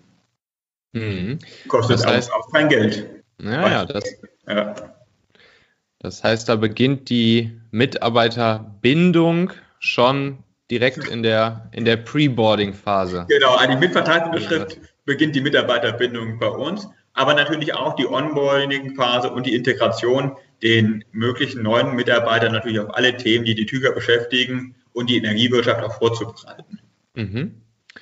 Mhm. Kostet das heißt, auch kein Geld. Ja, ja, das, ja. Das heißt, da beginnt die Mitarbeiterbindung schon direkt in der, in der Pre-Boarding-Phase. Genau, eigentlich mit Vertragsunterschrift beginnt die Mitarbeiterbindung bei uns, aber natürlich auch die Onboarding-Phase und die Integration, den möglichen neuen Mitarbeitern natürlich auf alle Themen, die die Tüger beschäftigen und die Energiewirtschaft auch vorzubereiten. Mhm.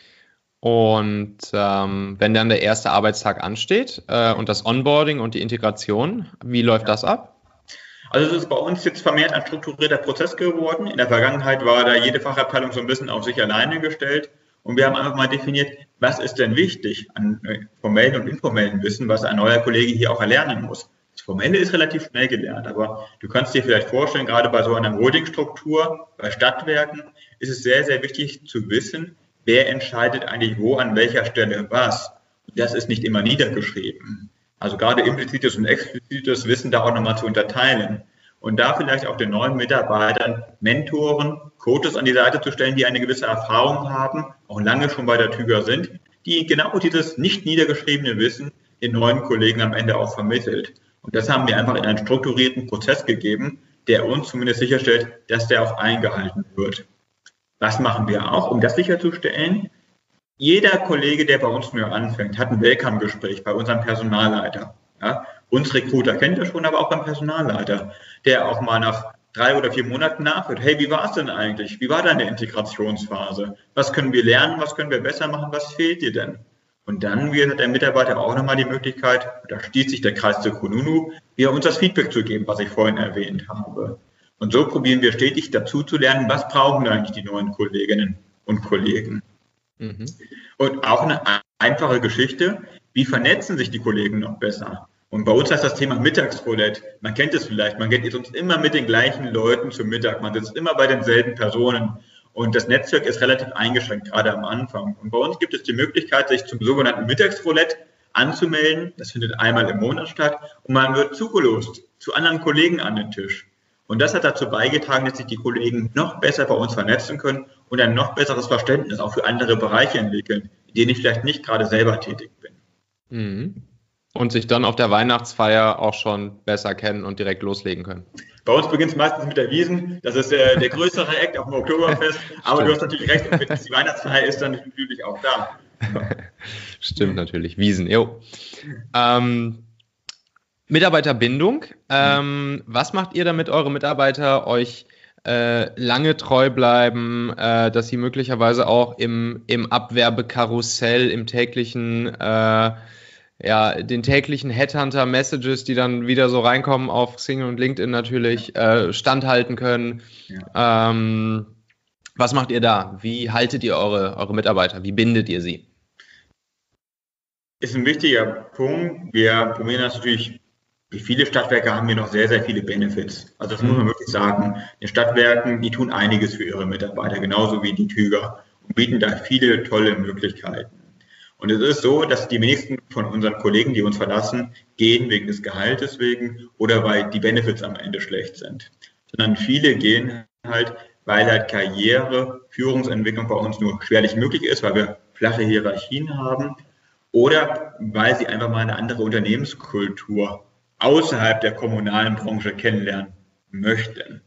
Und ähm, wenn dann der erste Arbeitstag ansteht äh, und das Onboarding und die Integration, wie läuft das ab? Also es ist bei uns jetzt vermehrt ein strukturierter Prozess geworden. In der Vergangenheit war da jede Fachabteilung so ein bisschen auf sich alleine gestellt. Und wir haben einfach mal definiert, was ist denn wichtig an formellen und informellen Wissen, was ein neuer Kollege hier auch erlernen muss. Das Formelle ist relativ schnell gelernt, aber du kannst dir vielleicht vorstellen, gerade bei so einer Holdingstruktur, bei Stadtwerken, ist es sehr, sehr wichtig zu wissen, wer entscheidet eigentlich wo, an welcher Stelle was. Das ist nicht immer niedergeschrieben. Also gerade implizites und explizites Wissen da auch nochmal zu unterteilen. Und da vielleicht auch den neuen Mitarbeitern Mentoren, Coaches an die Seite zu stellen, die eine gewisse Erfahrung haben, auch lange schon bei der Tüger sind, die genau dieses nicht niedergeschriebene Wissen den neuen Kollegen am Ende auch vermittelt. Und das haben wir einfach in einen strukturierten Prozess gegeben, der uns zumindest sicherstellt, dass der auch eingehalten wird. Was machen wir auch, um das sicherzustellen? Jeder Kollege, der bei uns neu anfängt, hat ein Welcome-Gespräch bei unserem Personalleiter. Ja, uns Recruiter kennt er schon, aber auch beim Personalleiter, der auch mal nach drei oder vier Monaten nachhört. Hey, wie war es denn eigentlich? Wie war deine Integrationsphase? Was können wir lernen? Was können wir besser machen? Was fehlt dir denn? Und dann wird der Mitarbeiter auch nochmal die Möglichkeit, da schließt sich der Kreis zu Kununu, wieder uns das Feedback zu geben, was ich vorhin erwähnt habe. Und so probieren wir stetig dazu zu lernen, was brauchen eigentlich die neuen Kolleginnen und Kollegen. Mhm. Und auch eine einfache Geschichte, wie vernetzen sich die Kollegen noch besser? Und bei uns heißt das Thema Mittagsroulette. Man kennt es vielleicht, man geht sonst immer mit den gleichen Leuten zum Mittag, man sitzt immer bei denselben Personen. Und das Netzwerk ist relativ eingeschränkt, gerade am Anfang. Und bei uns gibt es die Möglichkeit, sich zum sogenannten Mittagsroulette anzumelden. Das findet einmal im Monat statt. Und man wird zugelost zu anderen Kollegen an den Tisch. Und das hat dazu beigetragen, dass sich die Kollegen noch besser bei uns vernetzen können und ein noch besseres Verständnis auch für andere Bereiche entwickeln, in denen ich vielleicht nicht gerade selber tätig bin. Mhm. Und sich dann auf der Weihnachtsfeier auch schon besser kennen und direkt loslegen können. Bei uns beginnt es meistens mit der Wiesn. Das ist äh, der größere Act auf dem Oktoberfest. Aber Stimmt. Du hast natürlich recht, und die Weihnachtsfeier ist dann natürlich auch da. Ja. Stimmt natürlich. Wiesn, jo. Ähm, Mitarbeiterbindung. Ähm, was macht ihr, damit eure Mitarbeiter euch äh, lange treu bleiben, äh, dass sie möglicherweise auch im, im Abwerbekarussell, im täglichen, äh, ja, den täglichen Headhunter-Messages, die dann wieder so reinkommen auf Xing und LinkedIn natürlich, äh, standhalten können? Ja. Ähm, was macht ihr da? Wie haltet ihr eure, eure Mitarbeiter? Wie bindet ihr sie? Ist ein wichtiger Punkt. Wir probieren das natürlich. Wie viele Stadtwerke haben wir noch sehr, sehr viele Benefits. Also das muss man wirklich sagen. Die Stadtwerken, die tun einiges für ihre Mitarbeiter, genauso wie die Tüger, und bieten da viele tolle Möglichkeiten. Und es ist so, dass die wenigsten von unseren Kollegen, die uns verlassen, gehen wegen des Gehaltes wegen oder weil die Benefits am Ende schlecht sind. Sondern viele gehen halt, weil halt Karriere, Führungsentwicklung bei uns nur schwerlich möglich ist, weil wir flache Hierarchien haben oder weil sie einfach mal eine andere Unternehmenskultur außerhalb der kommunalen Branche kennenlernen möchten.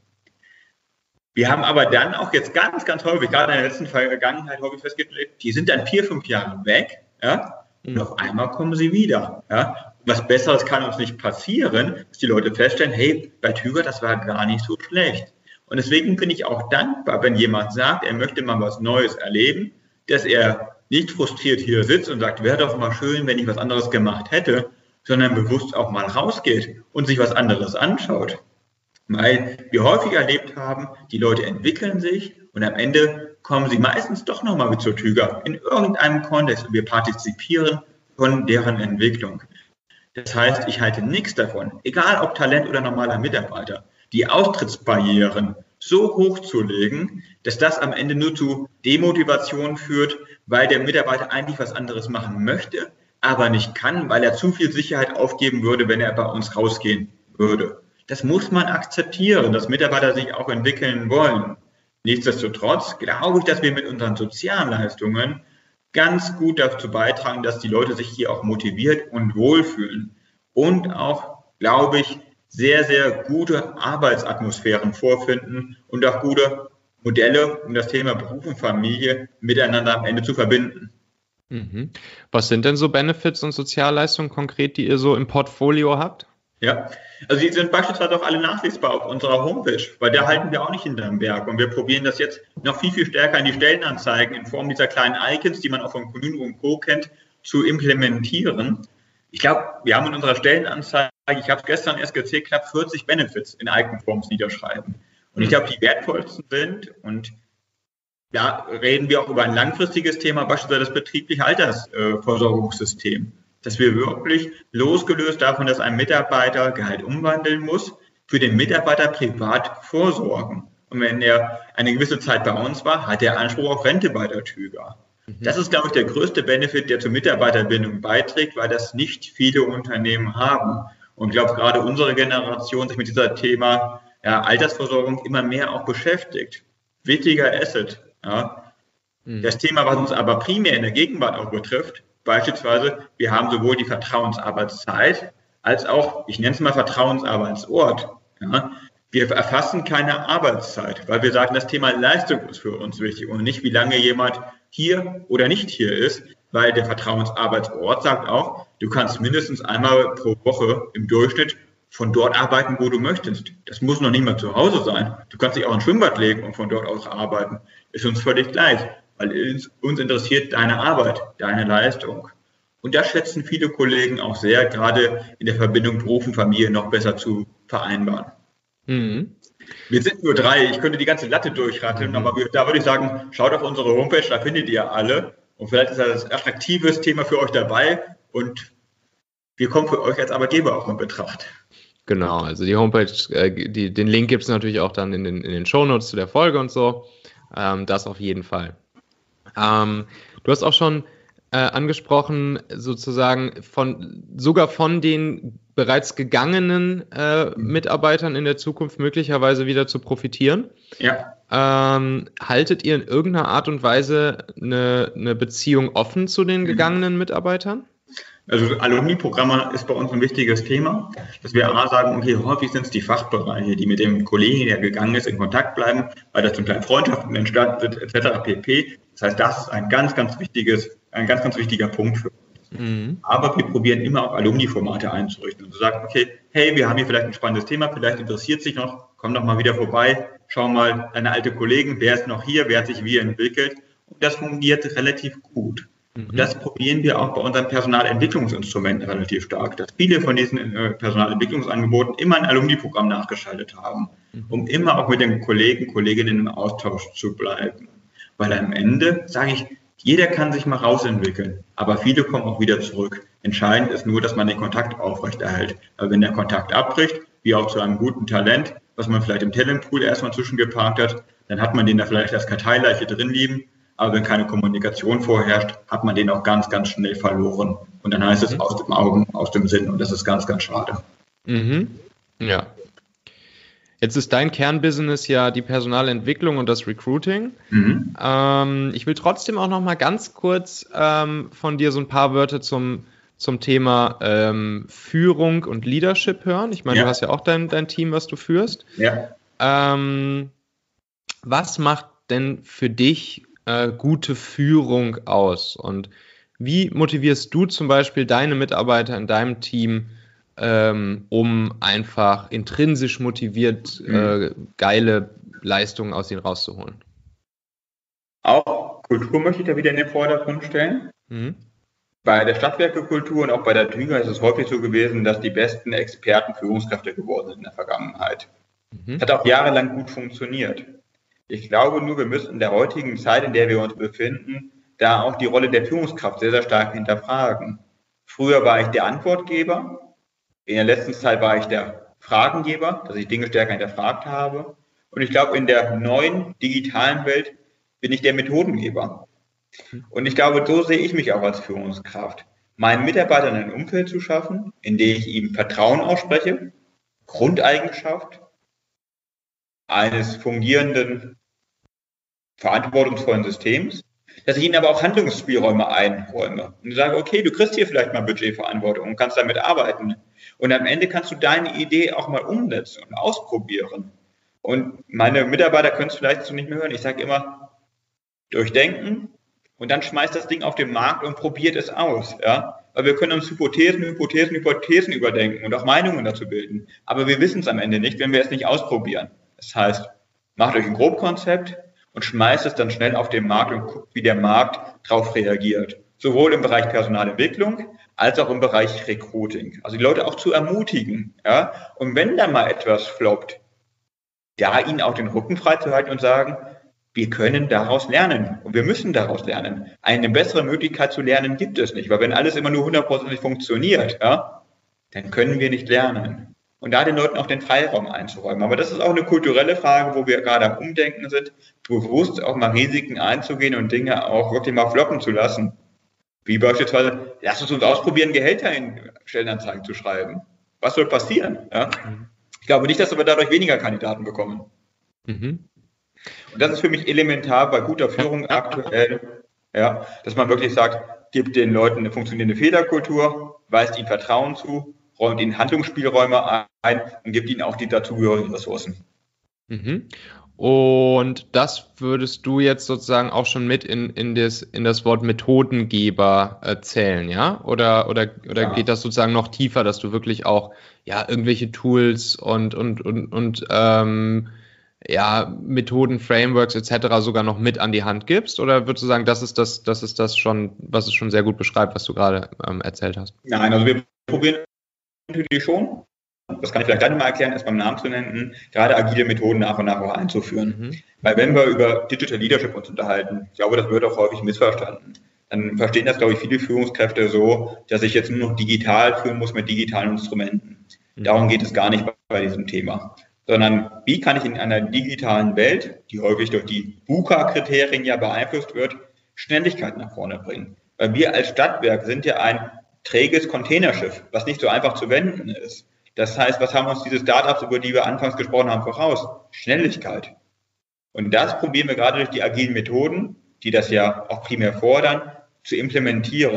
Wir haben aber dann auch jetzt ganz, ganz häufig, gerade in der letzten Vergangenheit häufig festgestellt, die sind dann vier, fünf Jahre weg, ja, und auf einmal kommen sie wieder. Ja. Was Besseres kann uns nicht passieren, dass die Leute feststellen, hey, bei Tüger, das war gar nicht so schlecht. Und deswegen bin ich auch dankbar, wenn jemand sagt, er möchte mal was Neues erleben, dass er nicht frustriert hier sitzt und sagt, wäre doch mal schön, wenn ich was anderes gemacht hätte, sondern bewusst auch mal rausgeht und sich was anderes anschaut. Weil wir häufig erlebt haben, die Leute entwickeln sich und am Ende kommen sie meistens doch nochmal zur Tüger in irgendeinem Kontext und wir partizipieren von deren Entwicklung. Das heißt, ich halte nichts davon, egal ob Talent oder normaler Mitarbeiter, die Austrittsbarrieren so hoch zu legen, dass das am Ende nur zu Demotivation führt, weil der Mitarbeiter eigentlich was anderes machen möchte, aber nicht kann, weil er zu viel Sicherheit aufgeben würde, wenn er bei uns rausgehen würde. Das muss man akzeptieren, dass Mitarbeiter sich auch entwickeln wollen. Nichtsdestotrotz glaube ich, dass wir mit unseren Sozialleistungen ganz gut dazu beitragen, dass die Leute sich hier auch motiviert und wohlfühlen. Und auch, glaube ich, sehr, sehr gute Arbeitsatmosphären vorfinden und auch gute Modelle, um das Thema Beruf und Familie miteinander am Ende zu verbinden. Mhm. Was sind denn so Benefits und Sozialleistungen konkret, die ihr so im Portfolio habt? Ja, also die sind beispielsweise auch alle nachlesbar auf unserer Homepage, weil da halten wir auch nicht hinterm Berg und wir probieren das jetzt noch viel, viel stärker in die Stellenanzeigen in Form dieser kleinen Icons, die man auch von Kununu und Co. kennt, zu implementieren. Ich glaube, wir haben in unserer Stellenanzeige, ich habe es gestern erst gezählt, knapp vierzig Benefits in Iconforms niederschreiben. Und ich glaube, die wertvollsten sind, und da reden wir auch über ein langfristiges Thema, beispielsweise das betriebliche Altersversorgungssystem, dass wir wirklich losgelöst davon, dass ein Mitarbeiter Gehalt umwandeln muss, für den Mitarbeiter privat vorsorgen. Und wenn er eine gewisse Zeit bei uns war, hat er Anspruch auf Rente bei der Tüger. Mhm. Das ist, glaube ich, der größte Benefit, der zur Mitarbeiterbindung beiträgt, weil das nicht viele Unternehmen haben. Und ich glaube, gerade unsere Generation sich mit dieser Thema ja, Altersversorgung immer mehr auch beschäftigt. Wichtiger Asset. Ja. Mhm. Das Thema, was uns aber primär in der Gegenwart auch betrifft, beispielsweise, wir haben sowohl die Vertrauensarbeitszeit als auch, ich nenne es mal Vertrauensarbeitsort. Ja. Wir erfassen keine Arbeitszeit, weil wir sagen, das Thema Leistung ist für uns wichtig und nicht, wie lange jemand hier oder nicht hier ist, weil der Vertrauensarbeitsort sagt auch, du kannst mindestens einmal pro Woche im Durchschnitt von dort arbeiten, wo du möchtest. Das muss noch nicht mal zu Hause sein. Du kannst dich auch ins Schwimmbad legen und von dort aus arbeiten. Ist uns völlig gleich, weil uns interessiert deine Arbeit, deine Leistung. Und das schätzen viele Kollegen auch sehr, gerade in der Verbindung Beruf und Familie noch besser zu vereinbaren. Mhm. Wir sind nur drei, ich könnte die ganze Latte durchratteln, mhm. aber wir, da würde ich sagen, schaut auf unsere Homepage, da findet ihr alle. Und vielleicht ist das ein attraktives Thema für euch dabei und wir kommen für euch als Arbeitgeber auch in Betracht. Genau, also die Homepage, äh, die, den Link gibt es natürlich auch dann in den, in den Shownotes zu der Folge und so. Ähm, das auf jeden Fall. Ähm, du hast auch schon äh, angesprochen, sozusagen von sogar von den bereits gegangenen äh, Mitarbeitern in der Zukunft möglicherweise wieder zu profitieren. Ja. Ähm, haltet ihr in irgendeiner Art und Weise eine, eine Beziehung offen zu den gegangenen Mitarbeitern? Also Alumni-Programme ist bei uns ein wichtiges Thema, dass wir A sagen, okay, häufig sind es die Fachbereiche, die mit dem Kollegen, der gegangen ist, in Kontakt bleiben, weil da zum Teil Freundschaften entstanden sind, et cetera pp. Das heißt, das ist ein ganz, ganz wichtiges, ein ganz, ganz wichtiger Punkt für uns. Mhm. Aber wir probieren immer auch Alumni-Formate einzurichten und zu sagen, okay, hey, wir haben hier vielleicht ein spannendes Thema, vielleicht interessiert sich noch, komm doch mal wieder vorbei, schau mal deine alte Kollegen, wer ist noch hier, wer hat sich wie entwickelt. Und das fungiert relativ gut. Und das probieren wir auch bei unseren Personalentwicklungsinstrumenten relativ stark, dass viele von diesen äh, Personalentwicklungsangeboten immer ein Alumni-Programm nachgeschaltet haben, um immer auch mit den Kollegen, Kolleginnen im Austausch zu bleiben. Weil am Ende, sage ich, jeder kann sich mal rausentwickeln, aber viele kommen auch wieder zurück. Entscheidend ist nur, dass man den Kontakt aufrechterhält. Weil wenn der Kontakt abbricht, wie auch zu einem guten Talent, was man vielleicht im Talentpool erstmal zwischengeparkt hat, dann hat man den da vielleicht als Karteileiche drin liegen. Aber wenn keine Kommunikation vorherrscht, hat man den auch ganz, ganz schnell verloren. Und dann heißt es aus dem Augen, aus dem Sinn. Und das ist ganz, ganz schade. Mhm. Ja. Jetzt ist dein Kernbusiness ja die Personalentwicklung und das Recruiting. Mhm. Ähm, ich will trotzdem auch noch mal ganz kurz ähm, von dir so ein paar Wörter zum, zum Thema ähm, Führung und Leadership hören. Ich meine, ja. Du hast ja auch dein, dein Team, was du führst. Ja. Ähm, was macht denn für dich äh, gute Führung aus? Und wie motivierst du zum Beispiel deine Mitarbeiter in deinem Team, ähm, um einfach intrinsisch motiviert mhm. äh, geile Leistungen aus ihnen rauszuholen? Auch Kultur möchte ich da wieder in den Vordergrund stellen. Mhm. Bei der Stadtwerke-Kultur und auch bei der Tüger ist es häufig so gewesen, dass die besten Experten Führungskräfte geworden sind in der Vergangenheit. Mhm. Hat auch jahrelang gut funktioniert. Ich glaube nur, wir müssen in der heutigen Zeit, in der wir uns befinden, da auch die Rolle der Führungskraft sehr, sehr stark hinterfragen. Früher war ich der Antwortgeber. In der letzten Zeit war ich der Fragengeber, dass ich Dinge stärker hinterfragt habe. Und ich glaube, in der neuen digitalen Welt bin ich der Methodengeber. Und ich glaube, so sehe ich mich auch als Führungskraft. Meinen Mitarbeitern ein Umfeld zu schaffen, in dem ich ihm Vertrauen ausspreche, Grundeigenschaft eines fungierenden, verantwortungsvollen Systems, dass ich ihnen aber auch Handlungsspielräume einräume und sage, okay, du kriegst hier vielleicht mal Budgetverantwortung und kannst damit arbeiten. Und am Ende kannst du deine Idee auch mal umsetzen und ausprobieren. Und meine Mitarbeiter können es vielleicht so nicht mehr hören. Ich sage immer, durchdenken und dann schmeißt das Ding auf den Markt und probiert es aus. Ja? Weil wir können uns Hypothesen, Hypothesen, Hypothesen überdenken und auch Meinungen dazu bilden. Aber wir wissen es am Ende nicht, wenn wir es nicht ausprobieren. Das heißt, macht euch ein Grobkonzept und schmeißt es dann schnell auf den Markt und guckt, wie der Markt darauf reagiert. Sowohl im Bereich Personalentwicklung als auch im Bereich Recruiting. Also die Leute auch zu ermutigen. Ja? Und wenn da mal etwas floppt, da ihnen auch den Rücken freizuhalten und sagen, wir können daraus lernen und wir müssen daraus lernen. Eine bessere Möglichkeit zu lernen gibt es nicht, weil wenn alles immer nur hundertprozentig funktioniert, ja, dann können wir nicht lernen. Und da den Leuten auch den Freiraum einzuräumen. Aber das ist auch eine kulturelle Frage, wo wir gerade am Umdenken sind, bewusst auch mal Risiken einzugehen und Dinge auch wirklich mal floppen zu lassen. Wie beispielsweise, lass uns uns ausprobieren, Gehälter in Stellenanzeigen zu schreiben. Was soll passieren? Ja? Ich glaube nicht, dass wir dadurch weniger Kandidaten bekommen. Mhm. Und das ist für mich elementar bei guter Führung aktuell, ja, dass man wirklich sagt, gibt den Leuten eine funktionierende Fehlerkultur, weist ihnen Vertrauen zu, räumt ihnen Handlungsspielräume ein und gibt ihnen auch die dazugehörigen Ressourcen. Mhm. Und das würdest du jetzt sozusagen auch schon mit in, in, das, in das Wort Methodengeber äh, zählen, ja? Oder, oder, oder ja. Geht das sozusagen noch tiefer, dass du wirklich auch ja irgendwelche Tools und, und, und, und ähm, ja, Methoden, Frameworks et cetera sogar noch mit an die Hand gibst? Oder würdest du sagen, das ist das, das ist das schon, was es schon sehr gut beschreibt, was du gerade ähm, erzählt hast? Nein, also wir probieren natürlich schon. Das kann ich vielleicht gleich mal erklären, erst beim Namen zu nennen, gerade agile Methoden nach und nach auch einzuführen. Mhm. Weil wenn wir über Digital Leadership uns unterhalten, ich glaube, das wird auch häufig missverstanden, dann verstehen das, glaube ich, viele Führungskräfte so, dass ich jetzt nur noch digital führen muss mit digitalen Instrumenten. Mhm. Darum geht es gar nicht bei diesem Thema. Sondern wie kann ich in einer digitalen Welt, die häufig durch die BUCA-Kriterien ja beeinflusst wird, Schnelligkeit nach vorne bringen. Weil wir als Stadtwerk sind ja ein träges Containerschiff, was nicht so einfach zu wenden ist. Das heißt, was haben uns diese Startups, über die wir anfangs gesprochen haben, voraus? Schnelligkeit. Und das probieren wir gerade durch die agilen Methoden, die das ja auch primär fordern, zu implementieren.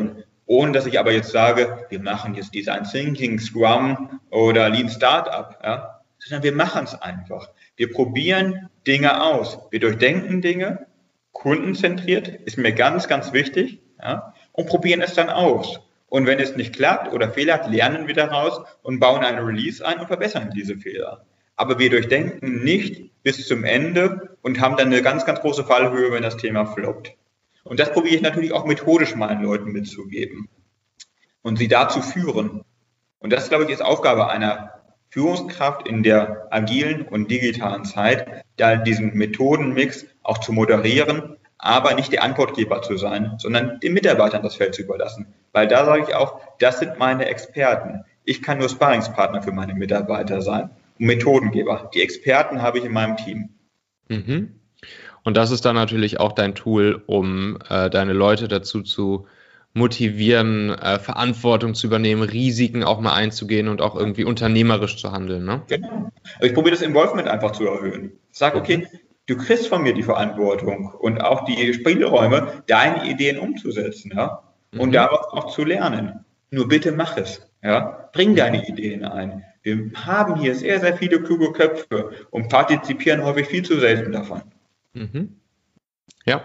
ohne dass ich aber jetzt sage, wir machen jetzt Design Thinking, Scrum oder Lean Startup, ja, sondern wir machen es einfach. Wir probieren Dinge aus. Wir durchdenken Dinge, kundenzentriert, ist mir ganz, ganz wichtig, ja, und probieren es dann aus. Und wenn es nicht klappt oder Fehler hat, lernen wir daraus und bauen eine Release ein und verbessern diese Fehler. Aber wir durchdenken nicht bis zum Ende und haben dann eine ganz, ganz große Fallhöhe, wenn das Thema floppt. Und das probiere ich natürlich auch methodisch meinen Leuten mitzugeben und sie dazu führen. Und das, glaube ich, ist Aufgabe einer Führungskraft in der agilen und digitalen Zeit, da diesen Methodenmix auch zu moderieren, aber nicht der Antwortgeber zu sein, sondern den Mitarbeitern das Feld zu überlassen. Weil da sage ich auch, das sind meine Experten. Ich kann nur Sparringspartner für meine Mitarbeiter sein und Methodengeber. Die Experten habe ich in meinem Team. Mhm. Und das ist dann natürlich auch dein Tool, um äh, deine Leute dazu zu motivieren, äh, Verantwortung zu übernehmen, Risiken auch mal einzugehen und auch irgendwie unternehmerisch zu handeln. Ne? Genau. Also ich probiere das Involvement einfach zu erhöhen. Ich sage, okay, du kriegst von mir die Verantwortung und auch die Spielräume, deine Ideen umzusetzen, ja, und mhm. daraus auch zu lernen. Nur bitte mach es, ja, bring deine Ideen ein. Wir haben hier sehr, sehr viele kluge Köpfe und partizipieren häufig viel zu selten davon. Mhm. Ja.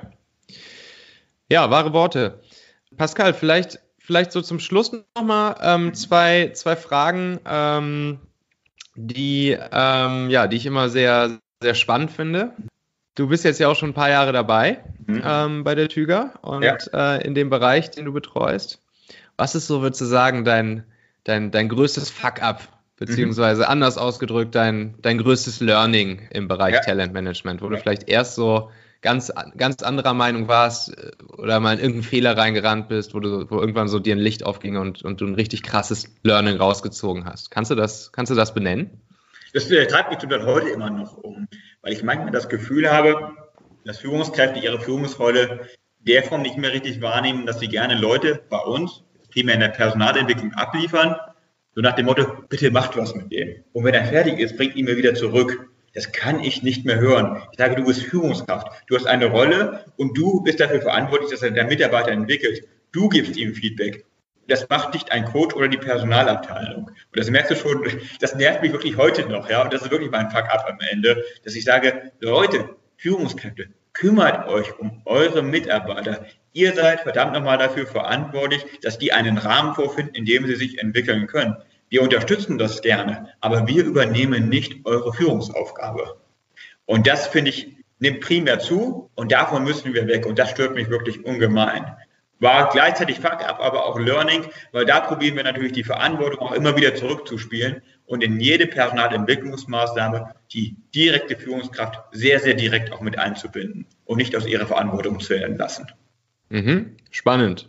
Ja, wahre Worte. Pascal, vielleicht, vielleicht so zum Schluss nochmal ähm, zwei, zwei Fragen, ähm, die, ähm, ja, die ich immer sehr, sehr spannend finde. Du bist jetzt ja auch schon ein paar Jahre dabei mhm. ähm, bei der Tüger und ja. äh, in dem Bereich, den du betreust. Was ist so, würdest du sagen, dein, dein, dein größtes Fuck-up, beziehungsweise mhm. anders ausgedrückt, dein, dein größtes Learning im Bereich ja. Talentmanagement, wo ja. du vielleicht erst so ganz, ganz anderer Meinung warst oder mal in irgendeinen Fehler reingerannt bist, wo, du, wo irgendwann so dir ein Licht aufging und, und du ein richtig krasses Learning rausgezogen hast. Kannst du das, kannst du das benennen? Das treibt mich dann heute immer noch um, weil ich manchmal das Gefühl habe, dass Führungskräfte ihre Führungsrolle der Form nicht mehr richtig wahrnehmen, dass sie gerne Leute bei uns, primär in der Personalentwicklung, abliefern, so nach dem Motto, bitte macht was mit dem. Und wenn er fertig ist, bringt ihn mir wieder zurück. Das kann ich nicht mehr hören. Ich sage, du bist Führungskraft, du hast eine Rolle und du bist dafür verantwortlich, dass er der Mitarbeiter entwickelt. Du gibst ihm Feedback. Das macht nicht ein Coach oder die Personalabteilung. Und das merkst du schon, das nervt mich wirklich heute noch, ja. Und das ist wirklich mein Fuck-up am Ende, dass ich sage, Leute, Führungskräfte, kümmert euch um eure Mitarbeiter. Ihr seid verdammt nochmal dafür verantwortlich, dass die einen Rahmen vorfinden, in dem sie sich entwickeln können. Wir unterstützen das gerne, aber wir übernehmen nicht eure Führungsaufgabe. Und das, finde ich, nimmt primär zu und davon müssen wir weg. Und das stört mich wirklich ungemein. War gleichzeitig Fuck-up, aber auch Learning, weil da probieren wir natürlich die Verantwortung auch immer wieder zurückzuspielen und in jede Personalentwicklungsmaßnahme die direkte Führungskraft sehr, sehr direkt auch mit einzubinden und nicht aus ihrer Verantwortung zu entlassen. Mhm. Spannend.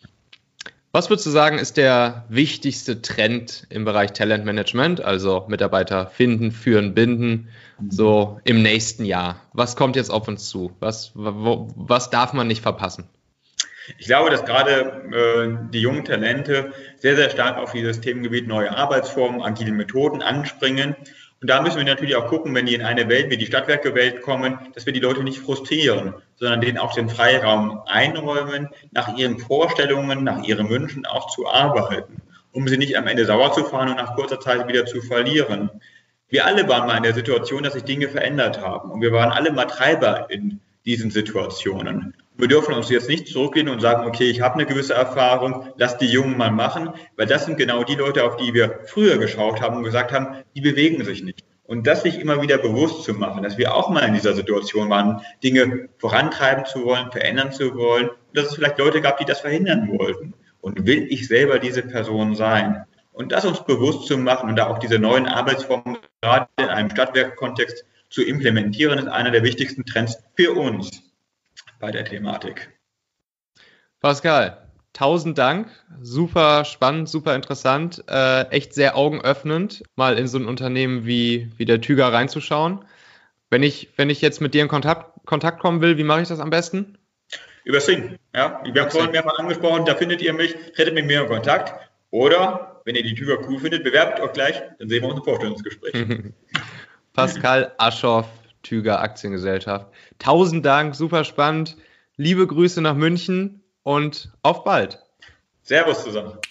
Was würdest du sagen, ist der wichtigste Trend im Bereich Talentmanagement, also Mitarbeiter finden, führen, binden, so im nächsten Jahr? Was kommt jetzt auf uns zu? Was, wo, was darf man nicht verpassen? Ich glaube, dass gerade äh, die jungen Talente sehr, sehr stark auf dieses Themengebiet neue Arbeitsformen, agile Methoden anspringen. Und da müssen wir natürlich auch gucken, wenn die in eine Welt wie die Stadtwerkewelt kommen, dass wir die Leute nicht frustrieren, sondern denen auch den Freiraum einräumen, nach ihren Vorstellungen, nach ihren Wünschen auch zu arbeiten, um sie nicht am Ende sauer zu fahren und nach kurzer Zeit wieder zu verlieren. Wir alle waren mal in der Situation, dass sich Dinge verändert haben und wir waren alle mal Treiber in diesen Situationen. Wir dürfen uns jetzt nicht zurücklehnen und sagen, okay, ich habe eine gewisse Erfahrung, lass die Jungen mal machen, weil das sind genau die Leute, auf die wir früher geschaut haben und gesagt haben, die bewegen sich nicht. Und das sich immer wieder bewusst zu machen, dass wir auch mal in dieser Situation waren, Dinge vorantreiben zu wollen, verändern zu wollen, und dass es vielleicht Leute gab, die das verhindern wollten. Und will ich selber diese Person sein? Und das uns bewusst zu machen und da auch diese neuen Arbeitsformen gerade in einem Stadtwerkkontext zu implementieren, ist einer der wichtigsten Trends für uns bei der Thematik. Pascal, tausend Dank. Super spannend, super interessant. Äh, echt sehr augenöffnend, mal in so ein Unternehmen wie, wie der Tüger reinzuschauen. Wenn ich, wenn ich jetzt mit dir in Kontakt, Kontakt kommen will, wie mache ich das am besten? Über Sing. Ja, wir haben vorhin mehrfach angesprochen, da findet ihr mich, tretet mit mir in Kontakt. Oder, wenn ihr die Tüger cool findet, bewerbt euch gleich, dann sehen wir uns im Vorstellungsgespräch. Pascal Aschoff, Tüger Aktiengesellschaft. Tausend Dank, super spannend. Liebe Grüße nach München und auf bald. Servus zusammen.